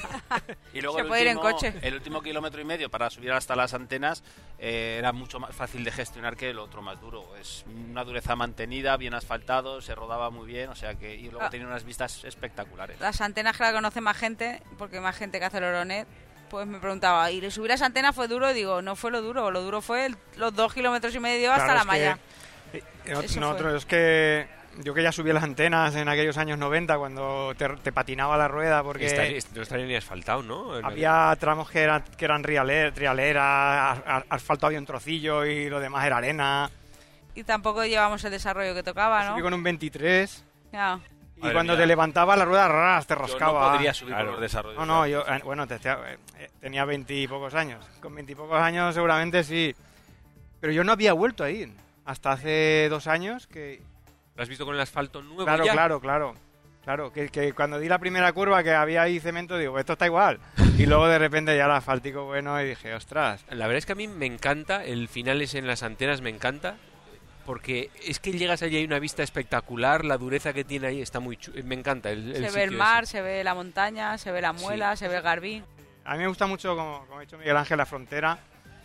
Speaker 6: Y luego
Speaker 4: Se
Speaker 6: el
Speaker 4: puede ir en
Speaker 6: último-
Speaker 4: coche.
Speaker 6: El último kilómetro y medio para subir hasta las antenas eh, era mucho más fácil de gestionar que el otro más duro. Es una dureza mantenida, bien asfaltado, se rodaba muy bien, o sea que y luego
Speaker 4: Ah.
Speaker 6: tenía unas vistas espectaculares.
Speaker 4: Las antenas que la conoce más gente, porque más gente que hace el Oronet, pues me preguntaba, ¿y subir esa antena fue duro? Y digo, no fue lo duro, lo duro fue el- los dos kilómetros y medio hasta
Speaker 3: Claro,
Speaker 4: la
Speaker 3: es que-
Speaker 4: malla.
Speaker 3: Eh, eh,
Speaker 4: Eso
Speaker 3: nosotros,
Speaker 4: fue.
Speaker 3: es que yo que ya subí las antenas en aquellos años noventa cuando te, te patinaba la rueda porque
Speaker 2: Estaría- no estaría ni asfaltado, ¿no?
Speaker 3: había tramos que eran, que eran riale- trialera, as- as- asfalto había un trocillo y lo demás era arena.
Speaker 4: Y tampoco llevamos el desarrollo que tocaba,
Speaker 3: Subí
Speaker 4: ¿no?
Speaker 3: con un veintitrés
Speaker 4: Ya.
Speaker 3: y
Speaker 6: Madre
Speaker 3: cuando
Speaker 6: mía.
Speaker 3: te levantaba la rueda ras, te
Speaker 6: Yo
Speaker 3: rascaba.
Speaker 6: no podría subir
Speaker 2: Claro.
Speaker 6: por los desarrollos.
Speaker 3: No, no, yo, eh, bueno, te decía, eh, tenía veintipocos años. Con veintipocos años seguramente sí. Pero yo no había vuelto a ir. Hasta hace dos años que...
Speaker 2: ¿Lo has visto con el asfalto nuevo
Speaker 3: Claro,
Speaker 2: ya?
Speaker 3: claro, claro. Claro, que, que cuando di la primera curva que había ahí cemento, digo, esto está igual. Y luego de repente ya era asfáltico bueno y dije, ostras.
Speaker 2: La verdad es que a mí me encanta, el final ese en las antenas me encanta, porque es que llegas allí y hay una vista espectacular, la dureza que tiene ahí está muy chu- me encanta. El, el
Speaker 4: Se ve
Speaker 2: sitio
Speaker 4: el mar,
Speaker 2: ese.
Speaker 4: se ve la montaña, se ve la muela, se ve el Garbí.
Speaker 3: A mí me gusta mucho, como, como ha dicho Miguel Ángel, la frontera.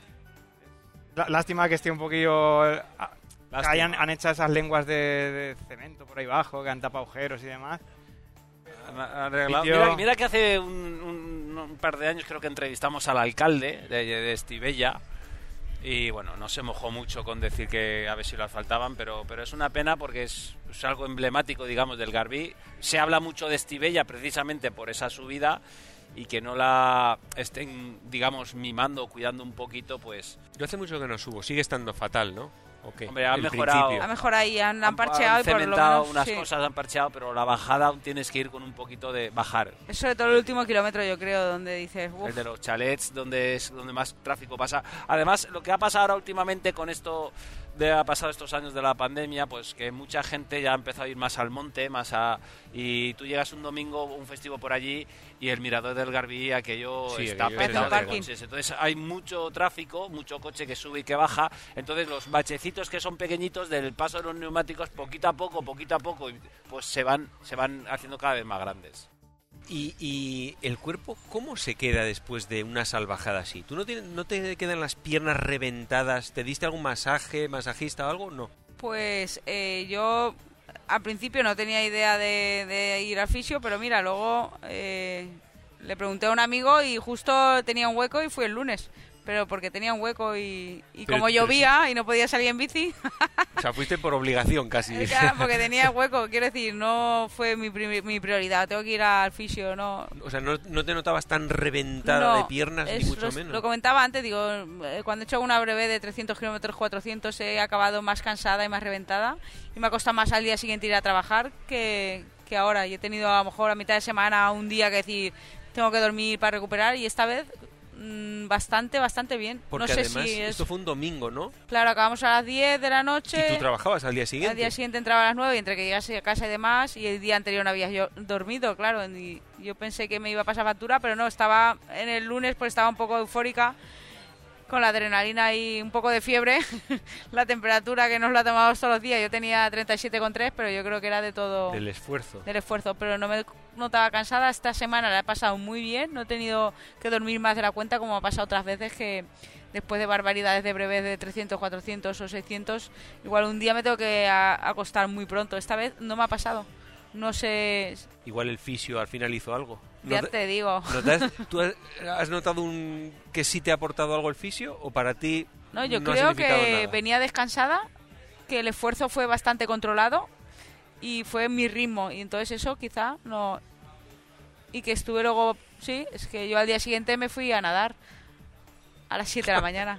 Speaker 3: Lá- Lástima que esté un poquillo... eh, a- que
Speaker 6: Lástima.
Speaker 3: hayan, han hecho esas lenguas de, de cemento por ahí abajo, que han tapado agujeros y demás.
Speaker 6: Han arreglado.
Speaker 3: Sitio-
Speaker 6: Mira, mira que hace un, un- un par de años creo que entrevistamos al alcalde de, de Estivella y bueno, no se mojó mucho con decir que a ver si lo asfaltaban, pero, pero es una pena porque es, es algo emblemático, digamos, del Garbí. Se habla mucho de Estivella precisamente por esa subida y que no la estén, digamos, mimando, cuidando un poquito, pues...
Speaker 2: Yo hace mucho que no subo, sigue estando fatal, ¿no? ¿O qué?
Speaker 6: Hombre, ha
Speaker 2: El
Speaker 6: mejorado.
Speaker 2: principio.
Speaker 4: A lo mejor ahí han, la han
Speaker 6: Han-
Speaker 4: parcheado
Speaker 6: han
Speaker 4: y por lo
Speaker 6: cementado
Speaker 4: menos...
Speaker 6: unas
Speaker 4: sí.
Speaker 6: cosas, han parcheado, pero la bajada aún tienes que ir con un poquito de bajar.
Speaker 4: Es sobre todo el último kilómetro, yo creo, donde dices,
Speaker 6: El
Speaker 4: uff,
Speaker 6: de los chalets, donde es donde más tráfico pasa. Además, lo que ha pasado ahora últimamente con esto de ha pasado estos años de la pandemia, pues que mucha gente ya ha empezado a ir más al monte, más a y tú llegas un domingo, un festivo por allí y el mirador del Garbí aquello
Speaker 2: Sí,
Speaker 6: está
Speaker 2: aquello
Speaker 4: es
Speaker 6: petado
Speaker 4: un
Speaker 6: de
Speaker 4: parking.
Speaker 6: coches. Entonces hay mucho tráfico, mucho coche que sube y que baja. Entonces los bachecitos que son pequeñitos del paso de los neumáticos, poquito a poco, poquito a poco, pues se van se van haciendo cada vez más grandes.
Speaker 2: ¿Y, y el cuerpo cómo se queda después de una salvajada así? ¿Tú no, tienes, no te quedan las piernas reventadas? ¿Te diste algún masaje, masajista o algo? No.
Speaker 4: pues eh, yo al principio no tenía idea de, de ir al fisio, pero mira, luego eh, le pregunté a un amigo y justo tenía un hueco y fui el lunes. pero porque tenía un hueco y, y
Speaker 2: Pero-
Speaker 4: como
Speaker 2: pero
Speaker 4: llovía y no podía salir en bici,
Speaker 2: O sea, fuiste por obligación casi.
Speaker 4: ya, porque tenía hueco, quiero decir, no fue mi, pri- mi prioridad, tengo que ir al fisio, no.
Speaker 2: O sea, no, no te notabas tan reventada
Speaker 4: No,
Speaker 2: de piernas,
Speaker 4: es-
Speaker 2: ni mucho
Speaker 4: lo,
Speaker 2: menos.
Speaker 4: Lo comentaba antes, digo, eh, cuando he hecho una breve de trescientos kilómetros, cuatrocientos, he acabado más cansada y más reventada y me ha costado más al día siguiente ir a trabajar que, que ahora. Y he tenido a lo mejor a mitad de semana un día que decir, tengo que dormir para recuperar y esta vez mm, bastante, bastante bien.
Speaker 2: Porque
Speaker 4: no sé
Speaker 2: además,
Speaker 4: si es...
Speaker 2: esto fue un domingo, ¿no?
Speaker 4: Claro, acabamos a las diez de la noche.
Speaker 2: Y tú trabajabas al día siguiente.
Speaker 4: Al día siguiente entraba a las nueve y entre que llegase a casa y demás, y el día anterior no había yo dormido, claro. Y yo pensé que me iba a pasar factura, pero no, estaba en el lunes, pues estaba un poco eufórica, con la adrenalina y un poco de fiebre. La temperatura que nos la tomamos todos los días, yo tenía treinta y siete coma tres, pero yo creo que era de todo...
Speaker 2: Del esfuerzo.
Speaker 4: del esfuerzo, pero no me notaba cansada. Esta semana la he pasado muy bien, no he tenido que dormir más de la cuenta, como ha pasado otras veces, que después de barbaridades de breves de trescientos, cuatrocientos o seiscientos, igual un día me tengo que a- acostar muy pronto. Esta vez no me ha pasado, no sé,
Speaker 2: Igual el fisio al final hizo algo.
Speaker 4: ya
Speaker 2: ¿No te-
Speaker 4: te digo.
Speaker 2: ¿no te has- ¿Tú has, has notado un, que sí te ha aportado algo el fisio o para ti
Speaker 4: No, yo
Speaker 2: no ha
Speaker 4: creo
Speaker 2: significado
Speaker 4: que
Speaker 2: nada?
Speaker 4: venía descansada, que el esfuerzo fue bastante controlado y fue mi ritmo, y entonces eso quizá no... Y que estuve luego, sí, es que yo al día siguiente me fui a nadar a las siete de la mañana.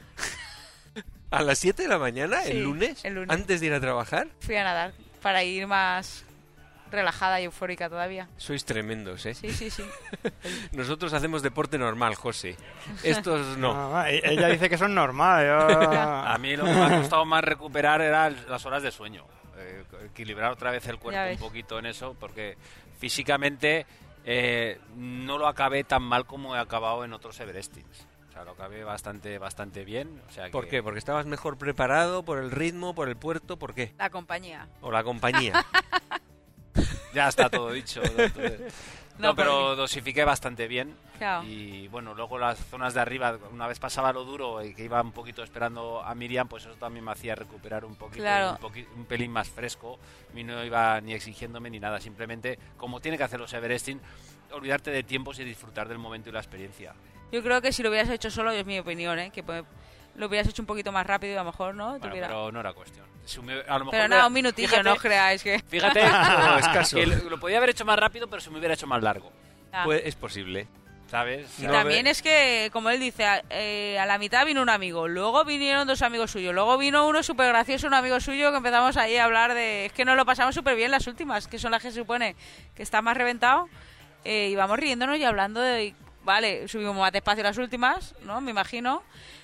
Speaker 2: ¿A las siete de la mañana,
Speaker 4: Sí,
Speaker 2: el lunes?
Speaker 4: el lunes.
Speaker 2: ¿Antes de ir a trabajar?
Speaker 4: Fui a nadar para ir más relajada y eufórica todavía.
Speaker 2: Sois tremendos, ¿eh?
Speaker 4: Sí, sí, sí.
Speaker 2: Nosotros hacemos deporte normal, José. Estos no.
Speaker 3: Ah, e- ella dice que eso es normal. yo-
Speaker 6: A mí lo que me ha costado más recuperar eran las horas de sueño. Eh, equilibrar otra vez el
Speaker 4: Ya
Speaker 6: cuerpo un
Speaker 4: ves.
Speaker 6: poquito en eso, porque físicamente eh, no lo acabé tan mal como he acabado en otros Everestings. O sea, lo acabé bastante bastante bien. O sea,
Speaker 2: ¿Por
Speaker 6: que-
Speaker 2: qué? ¿Porque estabas mejor preparado? ¿Por el ritmo? ¿Por el puerto? ¿Por qué?
Speaker 4: La compañía.
Speaker 2: ¿O la compañía?
Speaker 6: Ya está todo dicho. Entonces-
Speaker 4: No,
Speaker 6: No, pero
Speaker 4: porque-
Speaker 6: dosifiqué bastante bien.
Speaker 4: Claro.
Speaker 6: Y bueno, luego las zonas de arriba, una vez pasaba lo duro y que iba un poquito esperando a Miriam, pues eso también me hacía recuperar un poquito,
Speaker 4: Claro.
Speaker 6: un, poqui- un pelín más fresco. Y no iba ni exigiéndome ni nada, simplemente, como tiene que hacer los Everesting, olvidarte de tiempos y disfrutar del momento y la experiencia.
Speaker 4: Yo creo que si lo hubieras hecho solo, es mi opinión, ¿eh? Que pues, lo hubieras hecho un poquito más rápido y a lo mejor, ¿no? Te
Speaker 6: Bueno,
Speaker 4: hubiera-
Speaker 6: pero no era cuestión. Si me- a lo mejor
Speaker 4: Pero
Speaker 6: me-
Speaker 4: nada, un minutillo,
Speaker 6: fíjate-
Speaker 4: no os creáis que...
Speaker 6: Fíjate,
Speaker 2: No, escaso.
Speaker 6: que lo, lo podía haber hecho más rápido, pero se me hubiera hecho más largo,
Speaker 4: Ah.
Speaker 2: Pues es posible.
Speaker 6: ¿sabes?
Speaker 4: Y
Speaker 6: O sea,
Speaker 4: también es que, como él dice, a, eh, a la mitad vino un amigo, luego vinieron dos amigos suyos, luego vino uno súper gracioso, un amigo suyo, que empezamos ahí a hablar de... Es que nos lo pasamos súper bien las últimas, que son las que se supone que está más reventado, eh, y vamos riéndonos y hablando de... Vale, subimos más despacio las últimas, ¿no? Me imagino.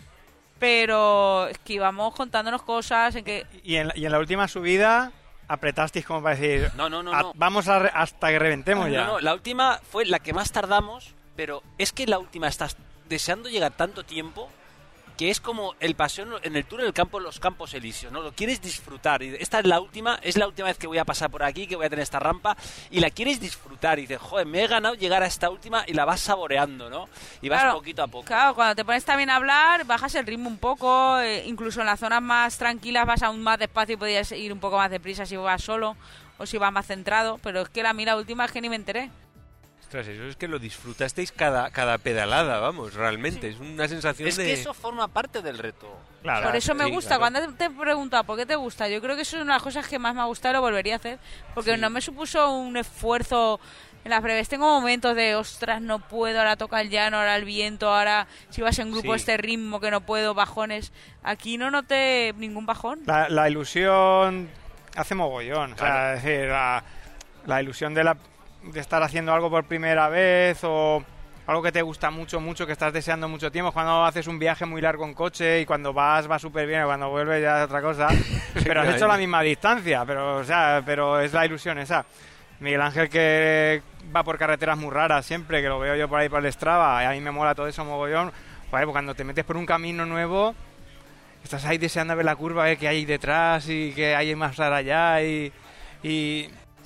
Speaker 4: Pero es que íbamos contándonos cosas en que...
Speaker 3: Y en, la- y en la última subida apretasteis como para decir,
Speaker 6: No, no, no,
Speaker 3: "Ah,
Speaker 6: no.
Speaker 3: vamos a re- hasta que reventemos ya.
Speaker 6: No, no, la última fue la que más tardamos, pero es que la última estás deseando llegar tanto tiempo que es como el paseo en el tour del campo, los Campos Elíseos, ¿no? Lo quieres disfrutar. Y esta es la última, es la última vez que voy a pasar por aquí, que voy a tener esta rampa, y la quieres disfrutar. Y dices, joder, me he ganado llegar a esta última, y la vas saboreando, ¿no? Y vas
Speaker 4: Claro,
Speaker 6: poquito a poco.
Speaker 4: Claro, cuando te pones también a hablar, bajas el ritmo un poco, eh, incluso en las zonas más tranquilas vas aún más despacio y podías ir un poco más deprisa si vas solo o si vas más centrado, pero es que la mira última es que ni me enteré.
Speaker 2: Ostras, eso es que lo disfrutasteis cada, cada pedalada, vamos, realmente. Es una sensación
Speaker 6: Es
Speaker 2: de...
Speaker 6: que eso forma parte del reto.
Speaker 3: Claro.
Speaker 4: Por eso me
Speaker 2: sí,
Speaker 4: gusta,
Speaker 2: claro.
Speaker 4: cuando te he preguntado por qué te gusta, yo creo que eso es una de las cosas que más me ha gustado y lo volvería a hacer, porque
Speaker 2: Sí.
Speaker 4: no me supuso un esfuerzo en las breves. Tengo momentos de, ostras, no puedo, ahora toca el llano, ahora el viento, ahora si vas en grupo
Speaker 2: Sí.
Speaker 4: este ritmo que no puedo, bajones. Aquí no noté ningún bajón.
Speaker 3: La, la ilusión hace mogollón. O sea,
Speaker 6: Claro.
Speaker 3: es decir, la, la ilusión de, la, de estar haciendo algo por primera vez o algo que te gusta mucho, mucho, que estás deseando mucho tiempo. Cuando haces un viaje muy largo en coche y cuando vas va súper bien y cuando vuelves ya es otra cosa. Pero has hecho la misma distancia, pero, o sea, pero es la ilusión esa. Miguel Ángel, que va por carreteras muy raras siempre, que lo veo yo por ahí por el Strava, y a mí me mola todo eso mogollón. Joder, pues cuando te metes por un camino nuevo, estás ahí deseando ver la curva, ver qué hay detrás y que hay más rara allá y... y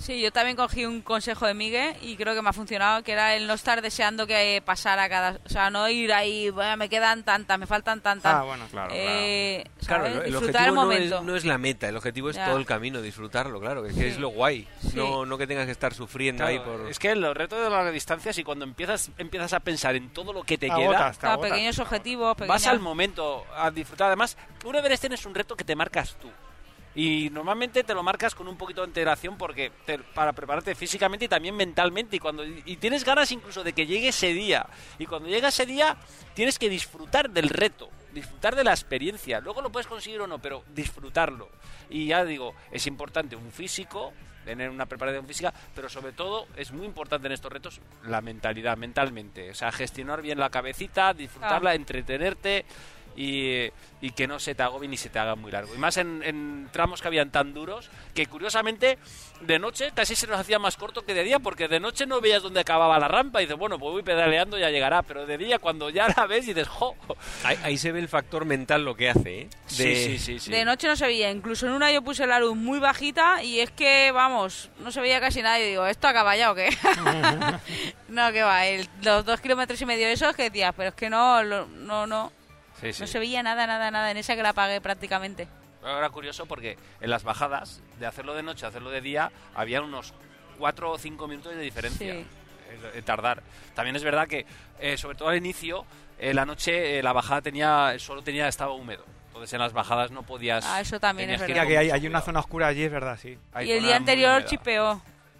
Speaker 4: Sí, yo también cogí un consejo de Miguel y creo que me ha funcionado, que era el no estar deseando que pasara cada... O sea, no ir ahí, bueno, me quedan tantas, me faltan tantas.
Speaker 3: Ah, bueno, claro,
Speaker 4: eh,
Speaker 2: claro.
Speaker 4: ¿sabes?
Speaker 2: Claro, el
Speaker 4: disfrutar
Speaker 2: objetivo
Speaker 4: el
Speaker 2: no
Speaker 4: momento.
Speaker 2: es, no es la meta, el objetivo es
Speaker 4: Ya.
Speaker 2: todo el camino, disfrutarlo, claro, que, que
Speaker 4: Sí.
Speaker 2: es lo guay,
Speaker 4: Sí.
Speaker 2: no, no que tengas que estar sufriendo
Speaker 6: Claro,
Speaker 2: ahí por...
Speaker 6: Es que los retos de largas distancias y cuando empiezas empiezas a pensar en todo lo que te
Speaker 3: Te
Speaker 6: queda,
Speaker 3: agotas, te
Speaker 4: Claro,
Speaker 3: agotas.
Speaker 4: pequeños objetivos, pequeñas...
Speaker 6: vas al momento a disfrutar. Además, un Everest es un reto que te marcas tú. Y normalmente te lo marcas con un poquito de antelación porque te- para prepararte físicamente y también mentalmente. Y cuando y tienes ganas incluso de que llegue ese día. Y cuando llega ese día, tienes que disfrutar del reto, disfrutar de la experiencia. Luego lo puedes conseguir o no, pero disfrutarlo. Y ya digo, es importante un físico, tener una preparación física, pero sobre todo es muy importante en estos retos la mentalidad, mentalmente. O sea, gestionar bien la cabecita, disfrutarla,
Speaker 4: Ah.
Speaker 6: entretenerte. Y, y que no se te agobie ni se te haga muy largo. Y más en, en tramos que habían tan duros que curiosamente de noche casi se nos hacía más corto que de día, porque de noche no veías dónde acababa la rampa y dices, bueno, pues voy pedaleando, ya llegará, pero de día cuando ya la ves y dices, jo.
Speaker 2: Ahí, ahí se ve el factor mental lo que hace, ¿eh? De-
Speaker 6: Sí, sí, sí, sí.
Speaker 4: De noche no se veía, incluso en una yo puse la luz muy bajita y es que, vamos, no se veía casi nada y digo, ¿esto acaba ya o qué? No, que va, el- los dos kilómetros y medio esos que decías, pero es que no, lo- no, no,
Speaker 6: Sí, sí.
Speaker 4: no se veía nada, nada, nada, en esa que la apagué prácticamente.
Speaker 6: Ahora curioso porque en las bajadas, de hacerlo de noche a hacerlo de día, había unos cuatro o cinco minutos de diferencia.
Speaker 4: Sí.
Speaker 6: eh, tardar. También es verdad que, eh, sobre todo al inicio, eh, la noche, eh, la bajada tenía, el suelo tenía, estaba húmedo. Entonces en las bajadas no podías...
Speaker 4: Ah, eso también
Speaker 6: tenías
Speaker 4: es
Speaker 6: que ir
Speaker 3: Mira
Speaker 4: verdad.
Speaker 3: que
Speaker 6: con
Speaker 3: hay,
Speaker 6: mucho
Speaker 3: hay una
Speaker 6: cuidado.
Speaker 3: zona oscura allí, es verdad, sí.
Speaker 6: Hay
Speaker 4: Y el
Speaker 6: zona
Speaker 4: día
Speaker 6: muy
Speaker 4: anterior
Speaker 6: húmeda.
Speaker 4: chispeó.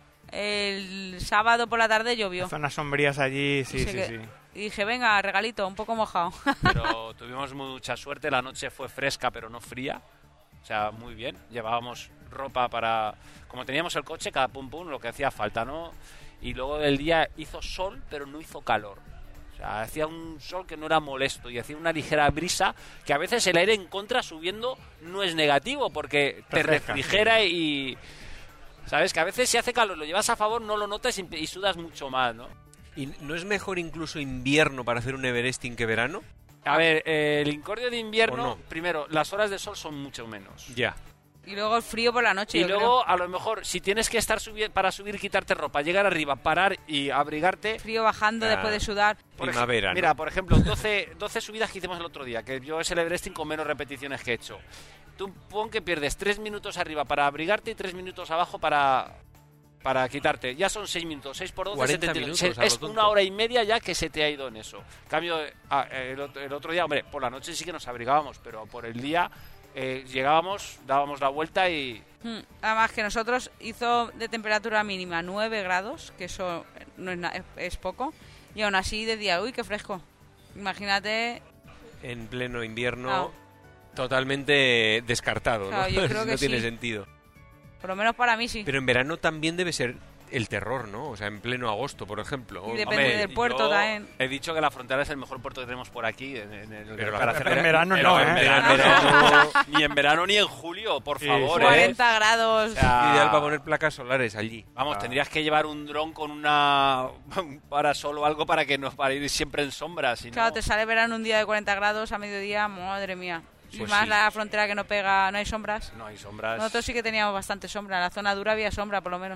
Speaker 4: El sábado por la tarde llovió.
Speaker 3: Zonas sombrías allí, sí,
Speaker 4: Y
Speaker 3: sí,
Speaker 4: se que-
Speaker 3: sí.
Speaker 4: Y dije, venga, regalito, un poco mojado.
Speaker 6: Pero tuvimos mucha suerte, la noche fue fresca pero no fría, o sea, muy bien. Llevábamos ropa para... Como teníamos el coche, cada pum pum, lo que hacía falta, ¿no? Y luego del día hizo sol, pero no hizo calor. O sea, hacía un sol que no era molesto y hacía una ligera brisa que a veces el aire en contra subiendo no es negativo porque te
Speaker 3: Refresca,
Speaker 6: refrigera y... ¿Sabes? Que a veces si hace calor, lo llevas a favor, no lo notas y, y sudas mucho más, ¿no?
Speaker 2: ¿Y no es mejor incluso invierno para hacer un Everesting que verano?
Speaker 6: A ver, eh, el incordio de invierno,
Speaker 2: ¿O no?
Speaker 6: primero, las horas de sol son mucho menos.
Speaker 2: Ya.
Speaker 4: Y luego el frío por la noche.
Speaker 6: Y
Speaker 4: yo
Speaker 6: luego, a lo mejor, si tienes que estar subi- para subir, quitarte ropa, llegar arriba, parar y abrigarte...
Speaker 4: creo. Frío bajando
Speaker 2: Ah.
Speaker 4: después de sudar.
Speaker 6: por ej-
Speaker 2: Primavera, ¿no?
Speaker 6: Mira, por ejemplo, doce, doce subidas que hicimos el otro día, que yo es el Everesting con menos repeticiones que he hecho. Tú pon que pierdes tres minutos arriba para abrigarte y tres minutos abajo para... Para quitarte, ya son seis minutos, seis por doce,
Speaker 2: cuarenta
Speaker 6: setenta y dos.
Speaker 2: minutos, a lo
Speaker 6: Es
Speaker 2: tonto.
Speaker 6: una hora y media ya que se te ha ido en eso. En cambio, ah, el, ot- el otro día, hombre, por la noche sí que nos abrigábamos, pero por el día eh, llegábamos, dábamos la vuelta y...
Speaker 4: Hmm. Además que nosotros hizo de temperatura mínima nueve grados, que eso no es, na- es, es poco, y aún así decía, uy, qué fresco. Imagínate,
Speaker 2: En pleno invierno,
Speaker 4: Claro.
Speaker 2: totalmente descartado,
Speaker 4: Claro,
Speaker 2: ¿no?
Speaker 4: yo creo que
Speaker 2: no tiene
Speaker 4: sí.
Speaker 2: sentido.
Speaker 4: por lo menos para mí sí.
Speaker 2: Pero en verano también debe ser el terror, ¿no? O sea, en pleno agosto, por ejemplo.
Speaker 4: Y
Speaker 2: O-
Speaker 4: depende
Speaker 6: Hombre,
Speaker 4: del puerto
Speaker 6: yo
Speaker 4: también.
Speaker 6: He dicho que la frontera es el mejor puerto que tenemos por aquí. En, en el,
Speaker 2: Pero
Speaker 6: para
Speaker 2: la-
Speaker 6: hacer
Speaker 3: en
Speaker 6: ver-
Speaker 3: verano
Speaker 6: pero
Speaker 3: no,
Speaker 6: en
Speaker 3: ¿eh?
Speaker 6: verano
Speaker 2: En verano-
Speaker 6: no. Ni en verano ni en julio, por
Speaker 3: Sí,
Speaker 6: favor.
Speaker 3: sí.
Speaker 6: ¿eh?
Speaker 4: cuarenta grados.
Speaker 6: O sea,
Speaker 2: Ideal para poner placas solares allí.
Speaker 6: Vamos,
Speaker 3: Ah.
Speaker 6: tendrías que llevar un dron con una un parasol o algo para que no para ir siempre en sombra. Si
Speaker 4: Claro,
Speaker 6: no...
Speaker 4: te sale verano un día de cuarenta grados a mediodía, madre mía. Y
Speaker 2: Pues
Speaker 4: más
Speaker 2: sí.
Speaker 4: la frontera que no pega, no hay sombras.
Speaker 6: No hay sombras.
Speaker 4: Nosotros sí que teníamos bastante sombra, en la zona dura había sombra por lo menos.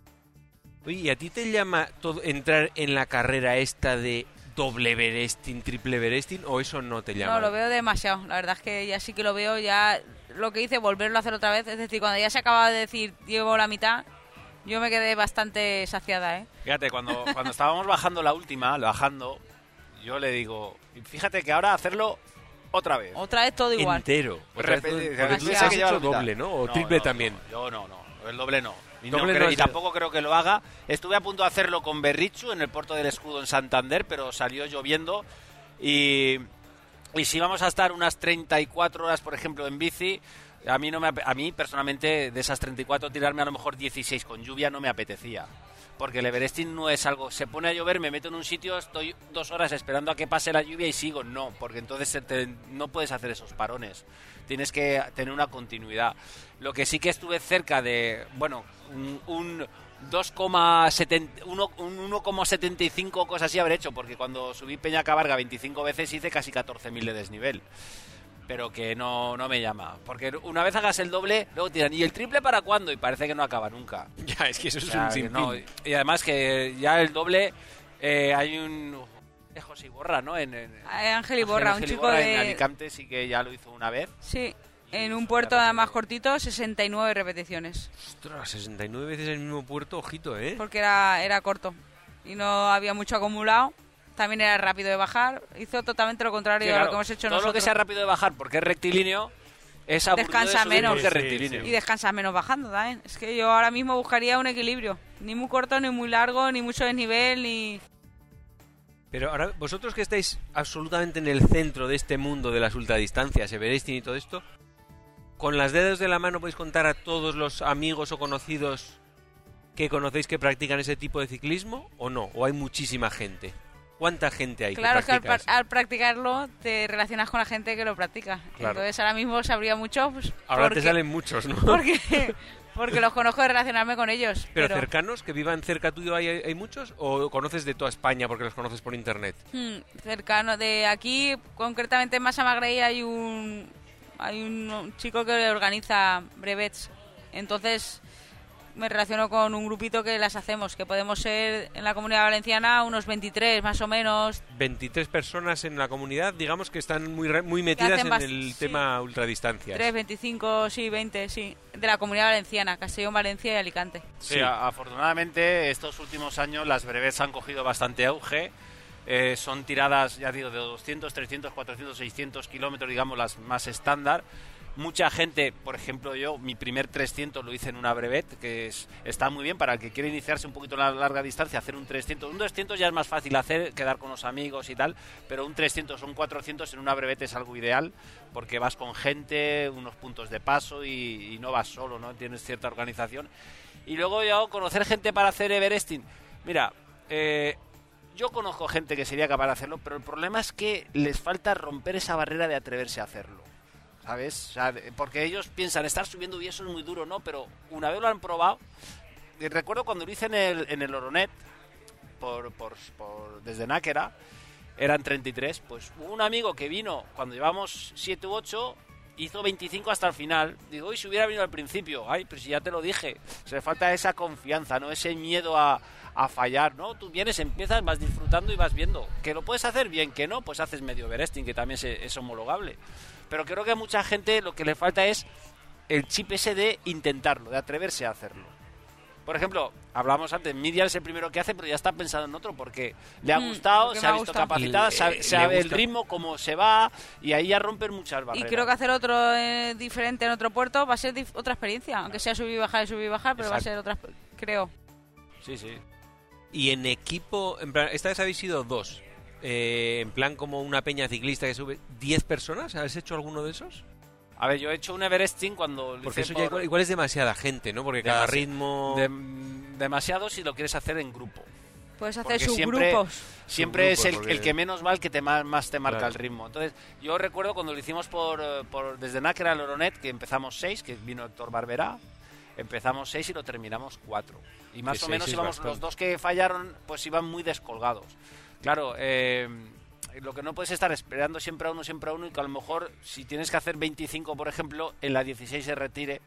Speaker 2: Oye, ¿y a ti te llama todo entrar en la carrera esta de doble Everesting, triple Everesting, o eso no te llama?
Speaker 4: No, lo veo demasiado. La verdad es que ya sí que lo veo, ya lo que hice, volverlo a hacer otra vez. Es decir, cuando ya se acaba de decir, llevo la mitad, yo me quedé bastante saciada, ¿eh?
Speaker 6: Fíjate, cuando, cuando estábamos bajando la última, bajando, yo le digo, fíjate que ahora hacerlo otra vez.
Speaker 4: Otra vez todo igual.
Speaker 2: Entero. Otra vez,
Speaker 6: Repete-
Speaker 2: porque tú
Speaker 4: Demasiado.
Speaker 2: has
Speaker 6: que lleva
Speaker 2: hecho
Speaker 6: la mitad.
Speaker 2: doble, ¿no? O
Speaker 6: No,
Speaker 2: triple
Speaker 6: no,
Speaker 2: también.
Speaker 6: no, yo no, no. El doble no. Y, no
Speaker 2: Doble
Speaker 6: creo-
Speaker 2: no
Speaker 6: y
Speaker 2: has-
Speaker 6: tampoco creo que lo haga. Estuve a punto de hacerlo con Berrichu en el puerto del Escudo en Santander, pero salió lloviendo. Y, y si vamos a estar unas treinta y cuatro horas, por ejemplo, en bici, a mí, no me, ape- a mí personalmente, de esas treinta y cuatro, tirarme a lo mejor dieciséis con lluvia no me apetecía. Porque el Everesting no es algo, se pone a llover, me meto en un sitio, estoy dos horas esperando a que pase la lluvia y sigo. No, porque entonces se te- no puedes hacer esos parones. Tienes que tener una continuidad. Lo que sí que estuve cerca de, bueno, un, un dos coma setenta, uno- un uno coma setenta y cinco cosas así habré hecho, porque cuando subí Peña Cabarga veinticinco veces hice casi catorce mil de desnivel. pero que no, no me llama. Porque una vez hagas el doble, luego tiran, ¿y el triple para cuándo? Y parece que no acaba nunca.
Speaker 2: Ya, es que eso
Speaker 6: O
Speaker 2: es
Speaker 6: sea,
Speaker 2: un
Speaker 6: que
Speaker 2: sinfín.
Speaker 6: no, y además que ya el doble, eh, hay un... eh, José Iborra, ¿no? En, en,
Speaker 4: Ángel Iborra,
Speaker 6: Ángel
Speaker 4: un chico
Speaker 6: Iborra
Speaker 4: de...
Speaker 6: en Alicante sí que ya lo hizo una vez.
Speaker 4: Sí, en un puerto más cortito, sesenta y nueve repeticiones.
Speaker 2: Ostras, sesenta y nueve veces el mismo puerto, ojito, ¿eh?
Speaker 4: Porque era, era corto y no había mucho acumulado. También era rápido de bajar. Hizo totalmente lo contrario
Speaker 6: Sí,
Speaker 4: a
Speaker 6: claro,
Speaker 4: lo que hemos hecho
Speaker 6: todo
Speaker 4: nosotros.
Speaker 6: lo que sea rápido de bajar porque es rectilíneo es aburrido
Speaker 4: Descansa
Speaker 6: de subir
Speaker 4: menos.
Speaker 6: porque es
Speaker 3: Sí, sí,
Speaker 6: rectilíneo.
Speaker 3: sí.
Speaker 4: Y descansas menos bajando también. Es que yo ahora mismo buscaría un equilibrio. Ni muy corto, ni muy largo, ni mucho desnivel, ni...
Speaker 2: Pero ahora, vosotros que estáis absolutamente en el centro de este mundo de las ultradistancias, Everesting y todo esto, ¿con las dedos de la mano podéis contar a todos los amigos o conocidos que conocéis que practican ese tipo de ciclismo o no? ¿O hay muchísima gente? ¿Cuánta gente hay
Speaker 4: Claro
Speaker 2: que
Speaker 4: que al,
Speaker 2: practica
Speaker 4: pra- al practicarlo te relacionas con la gente que lo practica.
Speaker 2: Claro.
Speaker 4: Entonces ahora mismo sabría mucho. Pues,
Speaker 2: Ahora
Speaker 4: porque,
Speaker 2: te salen muchos, ¿no?
Speaker 4: Porque, porque los conozco de relacionarme con ellos.
Speaker 2: Pero,
Speaker 4: Pero,
Speaker 2: cercanos, que vivan cerca tuyo, ¿hay, hay muchos? ¿O conoces de toda España porque los conoces por internet?
Speaker 4: hmm, cercano de aquí, concretamente en Massa Magrey hay un hay un, un chico que organiza brevets. Entonces me relaciono con un grupito que las hacemos, que podemos ser en la Comunidad Valenciana unos veintitrés más o menos.
Speaker 2: veintitrés personas en la comunidad, digamos que están muy re- muy metidas
Speaker 4: hacen
Speaker 2: en
Speaker 4: bast-
Speaker 2: el
Speaker 4: sí.
Speaker 2: tema ultradistancias.
Speaker 4: tres, veinticinco, sí, veinte, sí. De la Comunidad Valenciana, Castellón, Valencia y Alicante.
Speaker 6: Sí,
Speaker 2: Sí.
Speaker 6: a- afortunadamente estos últimos años las brevets han cogido bastante auge. Eh, son tiradas, ya digo, de doscientos, trescientos, cuatrocientos, seiscientos kilómetros, digamos, las más estándar. Mucha gente, por ejemplo yo, mi primer trescientos lo hice en una brevet, que es, está muy bien para el que quiere iniciarse un poquito en la larga distancia, hacer un trescientos. Un doscientos ya es más fácil hacer, quedar con los amigos y tal, pero un trescientos o un cuatrocientos en una brevet es algo ideal, porque vas con gente, unos puntos de paso y, y no vas solo, ¿no? Tienes cierta organización. Y luego ya conocer gente para hacer Everesting. Mira, eh, yo conozco gente que sería capaz de hacerlo, pero el problema es que les falta romper esa barrera de atreverse a hacerlo. ¿Sabes? O sea, porque ellos piensan, estar subiendo y eso es muy duro, ¿no? Pero una vez lo han probado, y recuerdo cuando lo hice en el, en el Oronet, por, por, por, desde Náquera, eran treinta y tres, pues hubo un amigo que vino cuando llevamos siete u ocho, hizo veinticinco hasta el final. Digo, y si hubiera venido al principio, ay, pero si ya te lo dije, se le falta esa confianza, ¿no? Ese miedo a, a fallar, ¿no? Tú vienes, empiezas, vas disfrutando y vas viendo. Que lo puedes hacer bien, que no, pues haces medio Everesting, que también es, es homologable. Pero creo que a mucha gente lo que le falta es el chip ese de intentarlo, de atreverse a hacerlo. Por ejemplo, hablábamos antes, Miriam es el primero que hace, pero ya está pensando en otro porque le ha
Speaker 4: Mm,
Speaker 6: gustado,
Speaker 4: porque
Speaker 6: se
Speaker 4: me
Speaker 6: ha
Speaker 4: ha
Speaker 6: visto
Speaker 4: gustado.
Speaker 6: capacitada,
Speaker 2: Le-
Speaker 6: sabe,
Speaker 2: le
Speaker 6: sabe el
Speaker 2: gusta.
Speaker 6: ritmo, cómo se va, y ahí ya rompen muchas
Speaker 4: Y
Speaker 6: barreras.
Speaker 4: creo que hacer otro eh, diferente en otro puerto va a ser dif- otra experiencia, aunque sea subir y bajar y subir y bajar, pero
Speaker 6: Exacto.
Speaker 4: va a ser otra, creo.
Speaker 6: Sí, sí.
Speaker 2: Y en equipo, en plan, esta vez habéis sido dos. Eh, en plan como una peña ciclista que sube diez personas. ¿Habéis hecho alguno de esos?
Speaker 6: A ver, yo he hecho un Everesting cuando lo
Speaker 2: Porque
Speaker 6: hice
Speaker 2: eso ya
Speaker 6: por-
Speaker 2: igual, igual es demasiada gente, ¿no? Porque cada
Speaker 6: Demasi-
Speaker 2: ritmo...
Speaker 6: de- demasiado si lo quieres hacer en grupo.
Speaker 4: Puedes hacer
Speaker 6: Porque
Speaker 4: subgrupos.
Speaker 6: siempre, siempre es el,
Speaker 2: porque-
Speaker 6: el que menos mal que te ma- más te marca
Speaker 2: Claro.
Speaker 6: el ritmo. Entonces, yo recuerdo cuando lo hicimos por, eh, por desde Náquera al Oronet, que empezamos seis, que vino Héctor Barberá, empezamos seis y lo terminamos cuatro. Y más
Speaker 2: Que
Speaker 6: o
Speaker 2: seis
Speaker 6: menos
Speaker 2: es
Speaker 6: íbamos,
Speaker 2: bastante.
Speaker 6: los dos que fallaron, pues iban muy descolgados. Claro, eh, lo que no puedes estar esperando siempre a uno, siempre a uno, y que a lo mejor si tienes que hacer veinticinco, por ejemplo, en la dieciséis se retire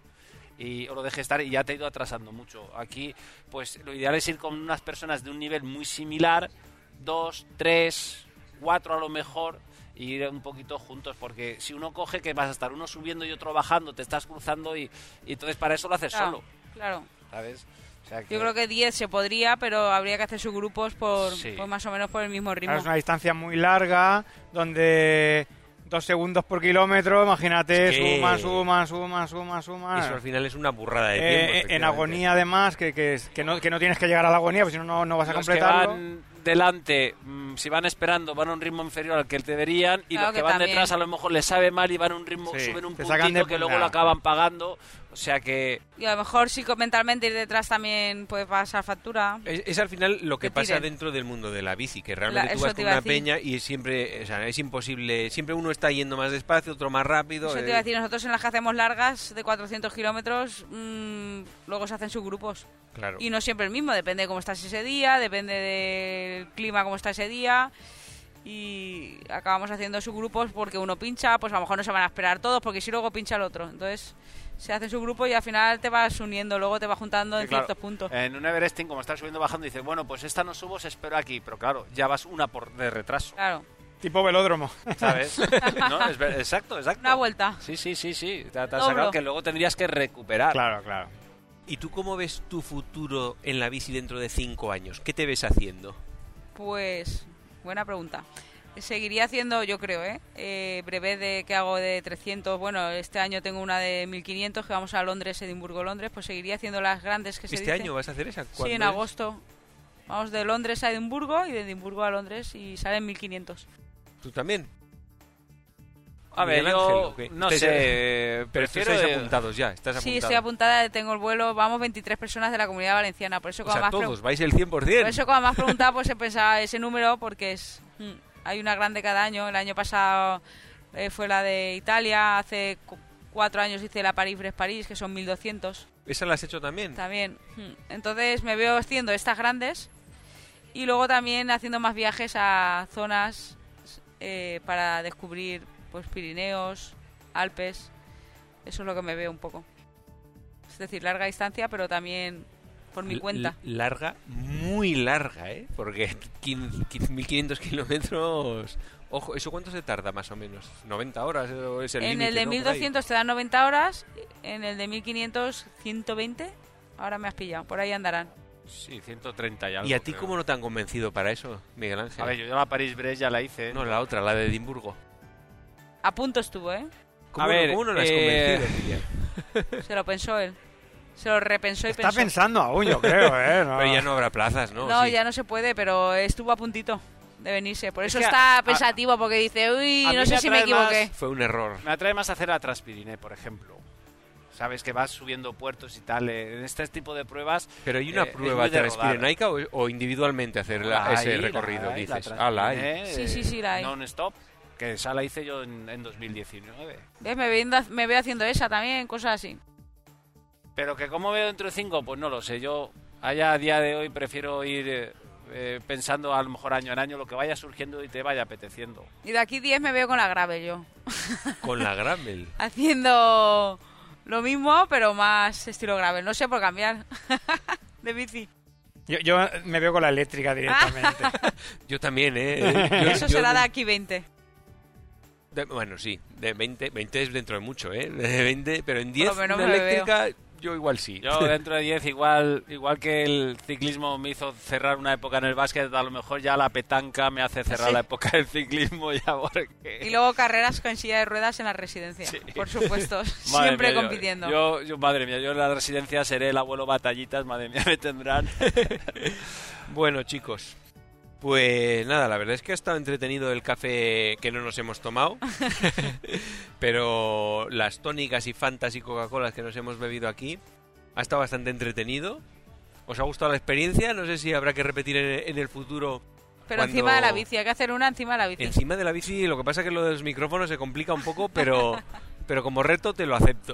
Speaker 6: y o lo deje estar y ya te ha ido atrasando mucho. Aquí, pues lo ideal es ir con unas personas de un nivel muy similar, dos, tres, cuatro a lo mejor, y ir un poquito juntos, porque si uno coge que vas a estar uno subiendo y otro bajando, te estás cruzando y, y entonces para eso lo haces
Speaker 4: Claro,
Speaker 6: solo,
Speaker 4: claro.
Speaker 6: ¿sabes? O sea que-
Speaker 4: Yo creo que diez se podría, pero habría que hacer subgrupos por,
Speaker 6: Sí.
Speaker 4: por más o menos por el mismo ritmo.
Speaker 3: Claro, es una distancia muy larga, donde dos segundos por kilómetro, imagínate,
Speaker 2: Es que-
Speaker 3: suma, suma, suma, suma, suma.
Speaker 2: Eso al final es una burrada de
Speaker 3: Eh,
Speaker 2: tiempo.
Speaker 3: en
Speaker 2: efectivamente.
Speaker 3: agonía, además, que, que, es- que, no, que no tienes que llegar a la agonía, porque si no, no, no vas a
Speaker 6: los que
Speaker 3: completarlo.
Speaker 6: van delante, mm, si van esperando, van a un ritmo inferior al que deberían, y
Speaker 4: Claro
Speaker 6: los que,
Speaker 4: que
Speaker 6: van
Speaker 4: también.
Speaker 6: detrás a lo mejor les sabe mal y van a un ritmo,
Speaker 3: Sí,
Speaker 6: suben un
Speaker 3: te sacan
Speaker 6: puntito
Speaker 3: de
Speaker 6: que luego
Speaker 3: punta.
Speaker 6: lo acaban pagando. O sea que
Speaker 4: Y a lo mejor psicomentalmente ir detrás también puede pasar factura.
Speaker 2: Es, es al final lo que
Speaker 4: Que
Speaker 2: pasa
Speaker 4: tiren.
Speaker 2: dentro del mundo de la bici, que realmente
Speaker 4: La-
Speaker 2: tú
Speaker 4: eso
Speaker 2: vas
Speaker 4: te
Speaker 2: con
Speaker 4: iba a
Speaker 2: una
Speaker 4: decir.
Speaker 2: peña y siempre, o sea, es imposible, siempre uno está yendo más despacio, otro más rápido.
Speaker 4: Eso te
Speaker 2: eh,
Speaker 4: iba a decir, nosotros en las que hacemos largas de cuatrocientos kilómetros, mmm, luego se hacen subgrupos.
Speaker 2: Claro.
Speaker 4: Y no siempre el mismo, depende de cómo estás ese día, depende del clima cómo está ese día. y acabamos haciendo subgrupos porque uno pincha, pues a lo mejor no se van a esperar todos porque si luego pincha el otro, entonces se hace su grupo y al final te vas uniendo, luego te vas juntando
Speaker 6: Sí,
Speaker 4: en
Speaker 6: claro.
Speaker 4: ciertos puntos.
Speaker 6: En un Everesting, como estás subiendo bajando, dices, bueno, pues esta no subo, se espero aquí, pero claro, ya vas una por de retraso,
Speaker 4: Claro,
Speaker 3: Tipo velódromo.
Speaker 6: ¿sabes? ¿No? Es ver- exacto, exacto.
Speaker 4: una vuelta.
Speaker 6: Sí, sí, sí, sí. Te, te has
Speaker 4: Doblo.
Speaker 6: sacado que luego tendrías que recuperar.
Speaker 3: Claro, claro.
Speaker 2: ¿Y tú cómo ves tu futuro en la bici dentro de cinco años? ¿Qué te ves haciendo?
Speaker 4: Pues, buena pregunta. Seguiría haciendo, yo creo, ¿eh? eh brevet de que hago de trescientos. Bueno, este año tengo una de mil quinientos que vamos a Londres, Edimburgo, Londres. Pues seguiría haciendo las grandes que se
Speaker 2: ¿Este
Speaker 4: dicen.
Speaker 2: año vas a hacer esa?
Speaker 4: Sí,
Speaker 2: ¿Cuándo
Speaker 4: en
Speaker 2: es?
Speaker 4: agosto. Vamos de Londres a Edimburgo y de Edimburgo a Londres y salen mil quinientos.
Speaker 2: ¿Tú también?
Speaker 6: A ver,
Speaker 2: Miguel
Speaker 6: yo
Speaker 2: Ángel, ¿o qué?
Speaker 6: no
Speaker 2: Estáis-
Speaker 6: sé,
Speaker 2: Pero estos
Speaker 6: prefiero...
Speaker 2: estáis
Speaker 6: eh,
Speaker 2: apuntados ya, estás
Speaker 4: Sí,
Speaker 2: apuntado.
Speaker 4: estoy apuntada, tengo el vuelo. Vamos veintitrés personas de la Comunidad Valenciana. Por eso,
Speaker 2: O
Speaker 4: como
Speaker 2: sea,
Speaker 4: más
Speaker 2: todos, vais el cien por
Speaker 4: Por
Speaker 2: ciento.
Speaker 4: eso, cuando me has preguntado, pues he pensado ese número porque es mm, hay una grande cada año. El año pasado eh, fue la de Italia, hace cu- cuatro años hice la París-Brest-París, que son mil doscientos
Speaker 2: ¿Esa la has hecho también?
Speaker 4: también. Mm. Entonces me veo haciendo estas grandes y luego también haciendo más viajes a zonas eh, para descubrir pues Pirineos, Alpes. Eso es lo que me veo un poco. Es decir, larga distancia, pero también por mi
Speaker 2: L-
Speaker 4: cuenta.
Speaker 2: l- Larga, muy larga, ¿eh? Porque quince mil quinientos kilómetros... Ojo, ¿eso cuánto se tarda más o menos? ¿noventa horas o es el
Speaker 4: En
Speaker 2: límite,
Speaker 4: el de
Speaker 2: no? Por ahí.
Speaker 4: mil doscientos te dan noventa horas, en el de mil quinientos ciento veinte. Ahora me has pillado, por ahí andarán.
Speaker 6: Sí, ciento treinta y algo.
Speaker 2: ¿Y a ti
Speaker 6: creo.
Speaker 2: cómo no te han convencido para eso, Miguel Ángel?
Speaker 6: A ver, yo ya la París-Brest ya la hice.
Speaker 2: No, la otra, la de Edimburgo.
Speaker 4: A punto estuvo, ¿eh?
Speaker 2: ¿Cómo,
Speaker 6: A
Speaker 2: no-
Speaker 6: ver,
Speaker 2: ¿cómo no la has
Speaker 6: eh,
Speaker 2: convencido, Miguel?
Speaker 4: Se lo pensó él. Se lo repensó y
Speaker 3: Está
Speaker 4: pensó.
Speaker 3: pensando aún, yo creo, ¿eh? No.
Speaker 2: Pero ya no habrá plazas, ¿no?
Speaker 4: No,
Speaker 2: Sí.
Speaker 4: ya no se puede, pero estuvo a puntito de venirse. Por eso
Speaker 6: que
Speaker 4: está
Speaker 6: a-
Speaker 4: pensativo, porque dice, uy,
Speaker 6: a mí
Speaker 4: no
Speaker 6: me
Speaker 4: sé si me
Speaker 6: atrae más-
Speaker 4: equivoqué.
Speaker 2: Fue un error.
Speaker 6: Me atrae más hacer la Transpirine, por ejemplo. Sabes que vas subiendo puertos y tal. eh, En este tipo de pruebas.
Speaker 2: Pero hay una
Speaker 6: eh, es
Speaker 2: prueba
Speaker 6: muy de
Speaker 2: transpirenaica o, o individualmente hacer la-
Speaker 6: La
Speaker 2: ese
Speaker 6: hay, la
Speaker 2: recorrido,
Speaker 6: hay,
Speaker 2: dices.
Speaker 6: la
Speaker 2: Ah, la hay.
Speaker 6: Transpirine,
Speaker 4: Sí,
Speaker 6: eh,
Speaker 4: sí, sí, la hay.
Speaker 6: Non-stop. Que esa la hice yo en, en dos mil diecinueve.
Speaker 4: ¿Ves? Me, veo, me veo haciendo esa también, cosas así.
Speaker 6: Pero que cómo veo dentro de cinco, pues no lo sé. Yo allá a día de hoy prefiero ir eh, eh, pensando a lo mejor año en año lo que vaya surgiendo y te vaya apeteciendo.
Speaker 4: Y de aquí diez me veo con la grave yo.
Speaker 2: Con la Grammel.
Speaker 4: Haciendo lo mismo, pero más estilo grave. No sé por cambiar de bici.
Speaker 3: Yo, yo me veo con la eléctrica directamente.
Speaker 2: Yo también, ¿eh? Yo-
Speaker 4: Eso
Speaker 2: yo-
Speaker 4: será de aquí veinte.
Speaker 2: de- bueno, sí, de veinte, veinte es dentro de mucho, ¿eh? De veinte, pero en diez,
Speaker 4: Por lo menos
Speaker 2: una
Speaker 4: me
Speaker 2: eléctrica, yo igual sí.
Speaker 6: Yo dentro de diez, igual igual que el ciclismo me hizo cerrar una época en el básquet, a lo mejor ya la petanca me hace cerrar
Speaker 4: Sí.
Speaker 6: la época del ciclismo ya porque...
Speaker 4: Y luego carreras con silla de ruedas en la residencia.
Speaker 6: Sí.
Speaker 4: Por supuesto,
Speaker 6: Madre
Speaker 4: siempre
Speaker 6: mía, yo-
Speaker 4: compitiendo.
Speaker 6: Yo, yo, madre mía, yo en la residencia seré el abuelo batallitas, madre mía, me tendrán.
Speaker 2: Bueno, chicos, pues nada, la verdad es que ha estado entretenido el café que no nos hemos tomado, pero las tónicas y Fantas y Coca-Colas que nos hemos bebido aquí ha estado bastante entretenido. ¿Os ha gustado la experiencia? No sé si habrá que repetir en, en el futuro.
Speaker 4: Pero
Speaker 2: cuando-
Speaker 4: encima de la bici, hay que hacer una encima de la bici.
Speaker 2: Encima de la bici, lo que pasa es que lo de los micrófonos se complica un poco, pero, pero como reto te lo acepto.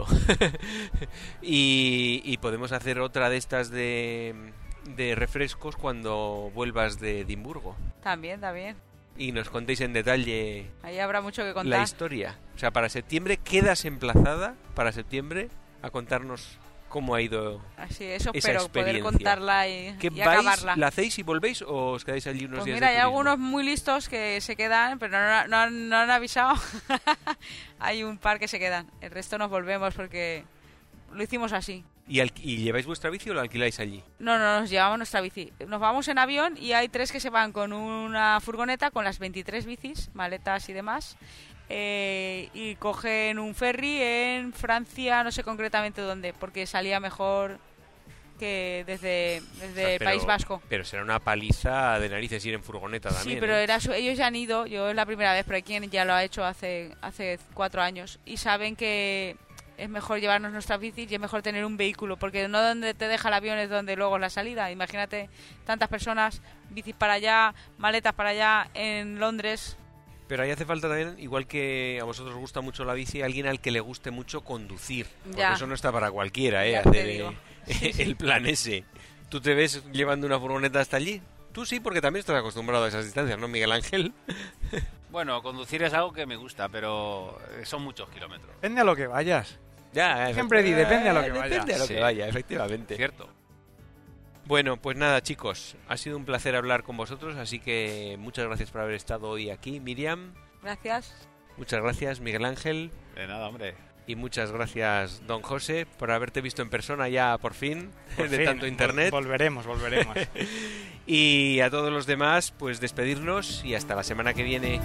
Speaker 2: y, y podemos hacer otra de estas de, de refrescos cuando vuelvas de Edimburgo.
Speaker 4: También, también.
Speaker 2: Y nos contéis en detalle
Speaker 4: Ahí habrá mucho que
Speaker 2: la
Speaker 4: contar.
Speaker 2: historia. O sea, para septiembre quedas emplazada, para septiembre, a contarnos cómo ha ido.
Speaker 4: Así, eso
Speaker 2: esa
Speaker 4: espero, poder
Speaker 2: experiencia.
Speaker 4: contarla y,
Speaker 2: ¿Que
Speaker 4: y
Speaker 2: vais,
Speaker 4: acabarla.
Speaker 2: la hacéis y volvéis o os quedáis allí unos
Speaker 4: Pues
Speaker 2: días
Speaker 4: mira,
Speaker 2: de
Speaker 4: hay
Speaker 2: turismo?
Speaker 4: algunos muy listos que se quedan, pero no, no, no han avisado. Hay un par que se quedan. El resto nos volvemos porque lo hicimos así.
Speaker 2: ¿Y, al- ¿Y lleváis vuestra bici o la alquiláis allí?
Speaker 4: No, no, nos llevamos nuestra bici. Nos vamos en avión y hay tres que se van con una furgoneta con las veintitrés bicis, maletas y demás. Eh, y cogen un ferry en Francia, no sé concretamente dónde, porque salía mejor que desde, desde
Speaker 2: Pero-
Speaker 4: País Vasco.
Speaker 2: Pero será una paliza de narices ir en furgoneta también.
Speaker 4: Sí, pero
Speaker 2: ¿eh?
Speaker 4: era su- ellos ya han ido, yo es la primera vez, pero hay quien ya lo ha hecho hace, hace cuatro años y saben que es mejor llevarnos nuestras bicis y es mejor tener un vehículo, porque no donde te deja el avión es donde luego es la salida. Imagínate tantas personas, bicis para allá, maletas para allá, en Londres.
Speaker 2: Pero ahí hace falta también, igual que a vosotros os gusta mucho la bici, alguien al que le guste mucho conducir. Porque
Speaker 4: Ya.
Speaker 2: eso no está para cualquiera, ¿eh?
Speaker 4: Ya te
Speaker 2: Hacer
Speaker 4: digo.
Speaker 2: eh, el plan ese. ¿Tú te ves llevando una furgoneta hasta allí? Tú sí, porque también estás acostumbrado a esas distancias, ¿no, Miguel Ángel?
Speaker 6: Bueno, conducir es algo que me gusta, pero son muchos kilómetros.
Speaker 3: Depende a lo que vayas.
Speaker 2: Ya,
Speaker 3: Siempre di, depende a lo que
Speaker 2: vaya. Depende
Speaker 3: vaya.
Speaker 2: a lo
Speaker 6: Sí.
Speaker 2: que vaya, efectivamente.
Speaker 6: Cierto.
Speaker 2: Bueno, pues nada, chicos, ha sido un placer hablar con vosotros, así que muchas gracias por haber estado hoy aquí, Miriam.
Speaker 4: Gracias.
Speaker 2: Muchas gracias, Miguel Ángel.
Speaker 6: De nada, hombre.
Speaker 2: Y muchas gracias, don José, por haberte visto en persona ya por fin,
Speaker 3: Por
Speaker 2: de
Speaker 3: fin,
Speaker 2: tanto internet.
Speaker 3: vol- volveremos, volveremos.
Speaker 2: Y a todos los demás, pues despedirnos y hasta la semana que viene.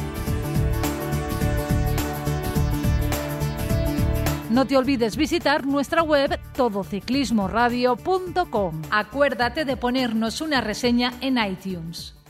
Speaker 1: No te olvides visitar nuestra web todo ciclismo radio punto com. Acuérdate de ponernos una reseña en iTunes.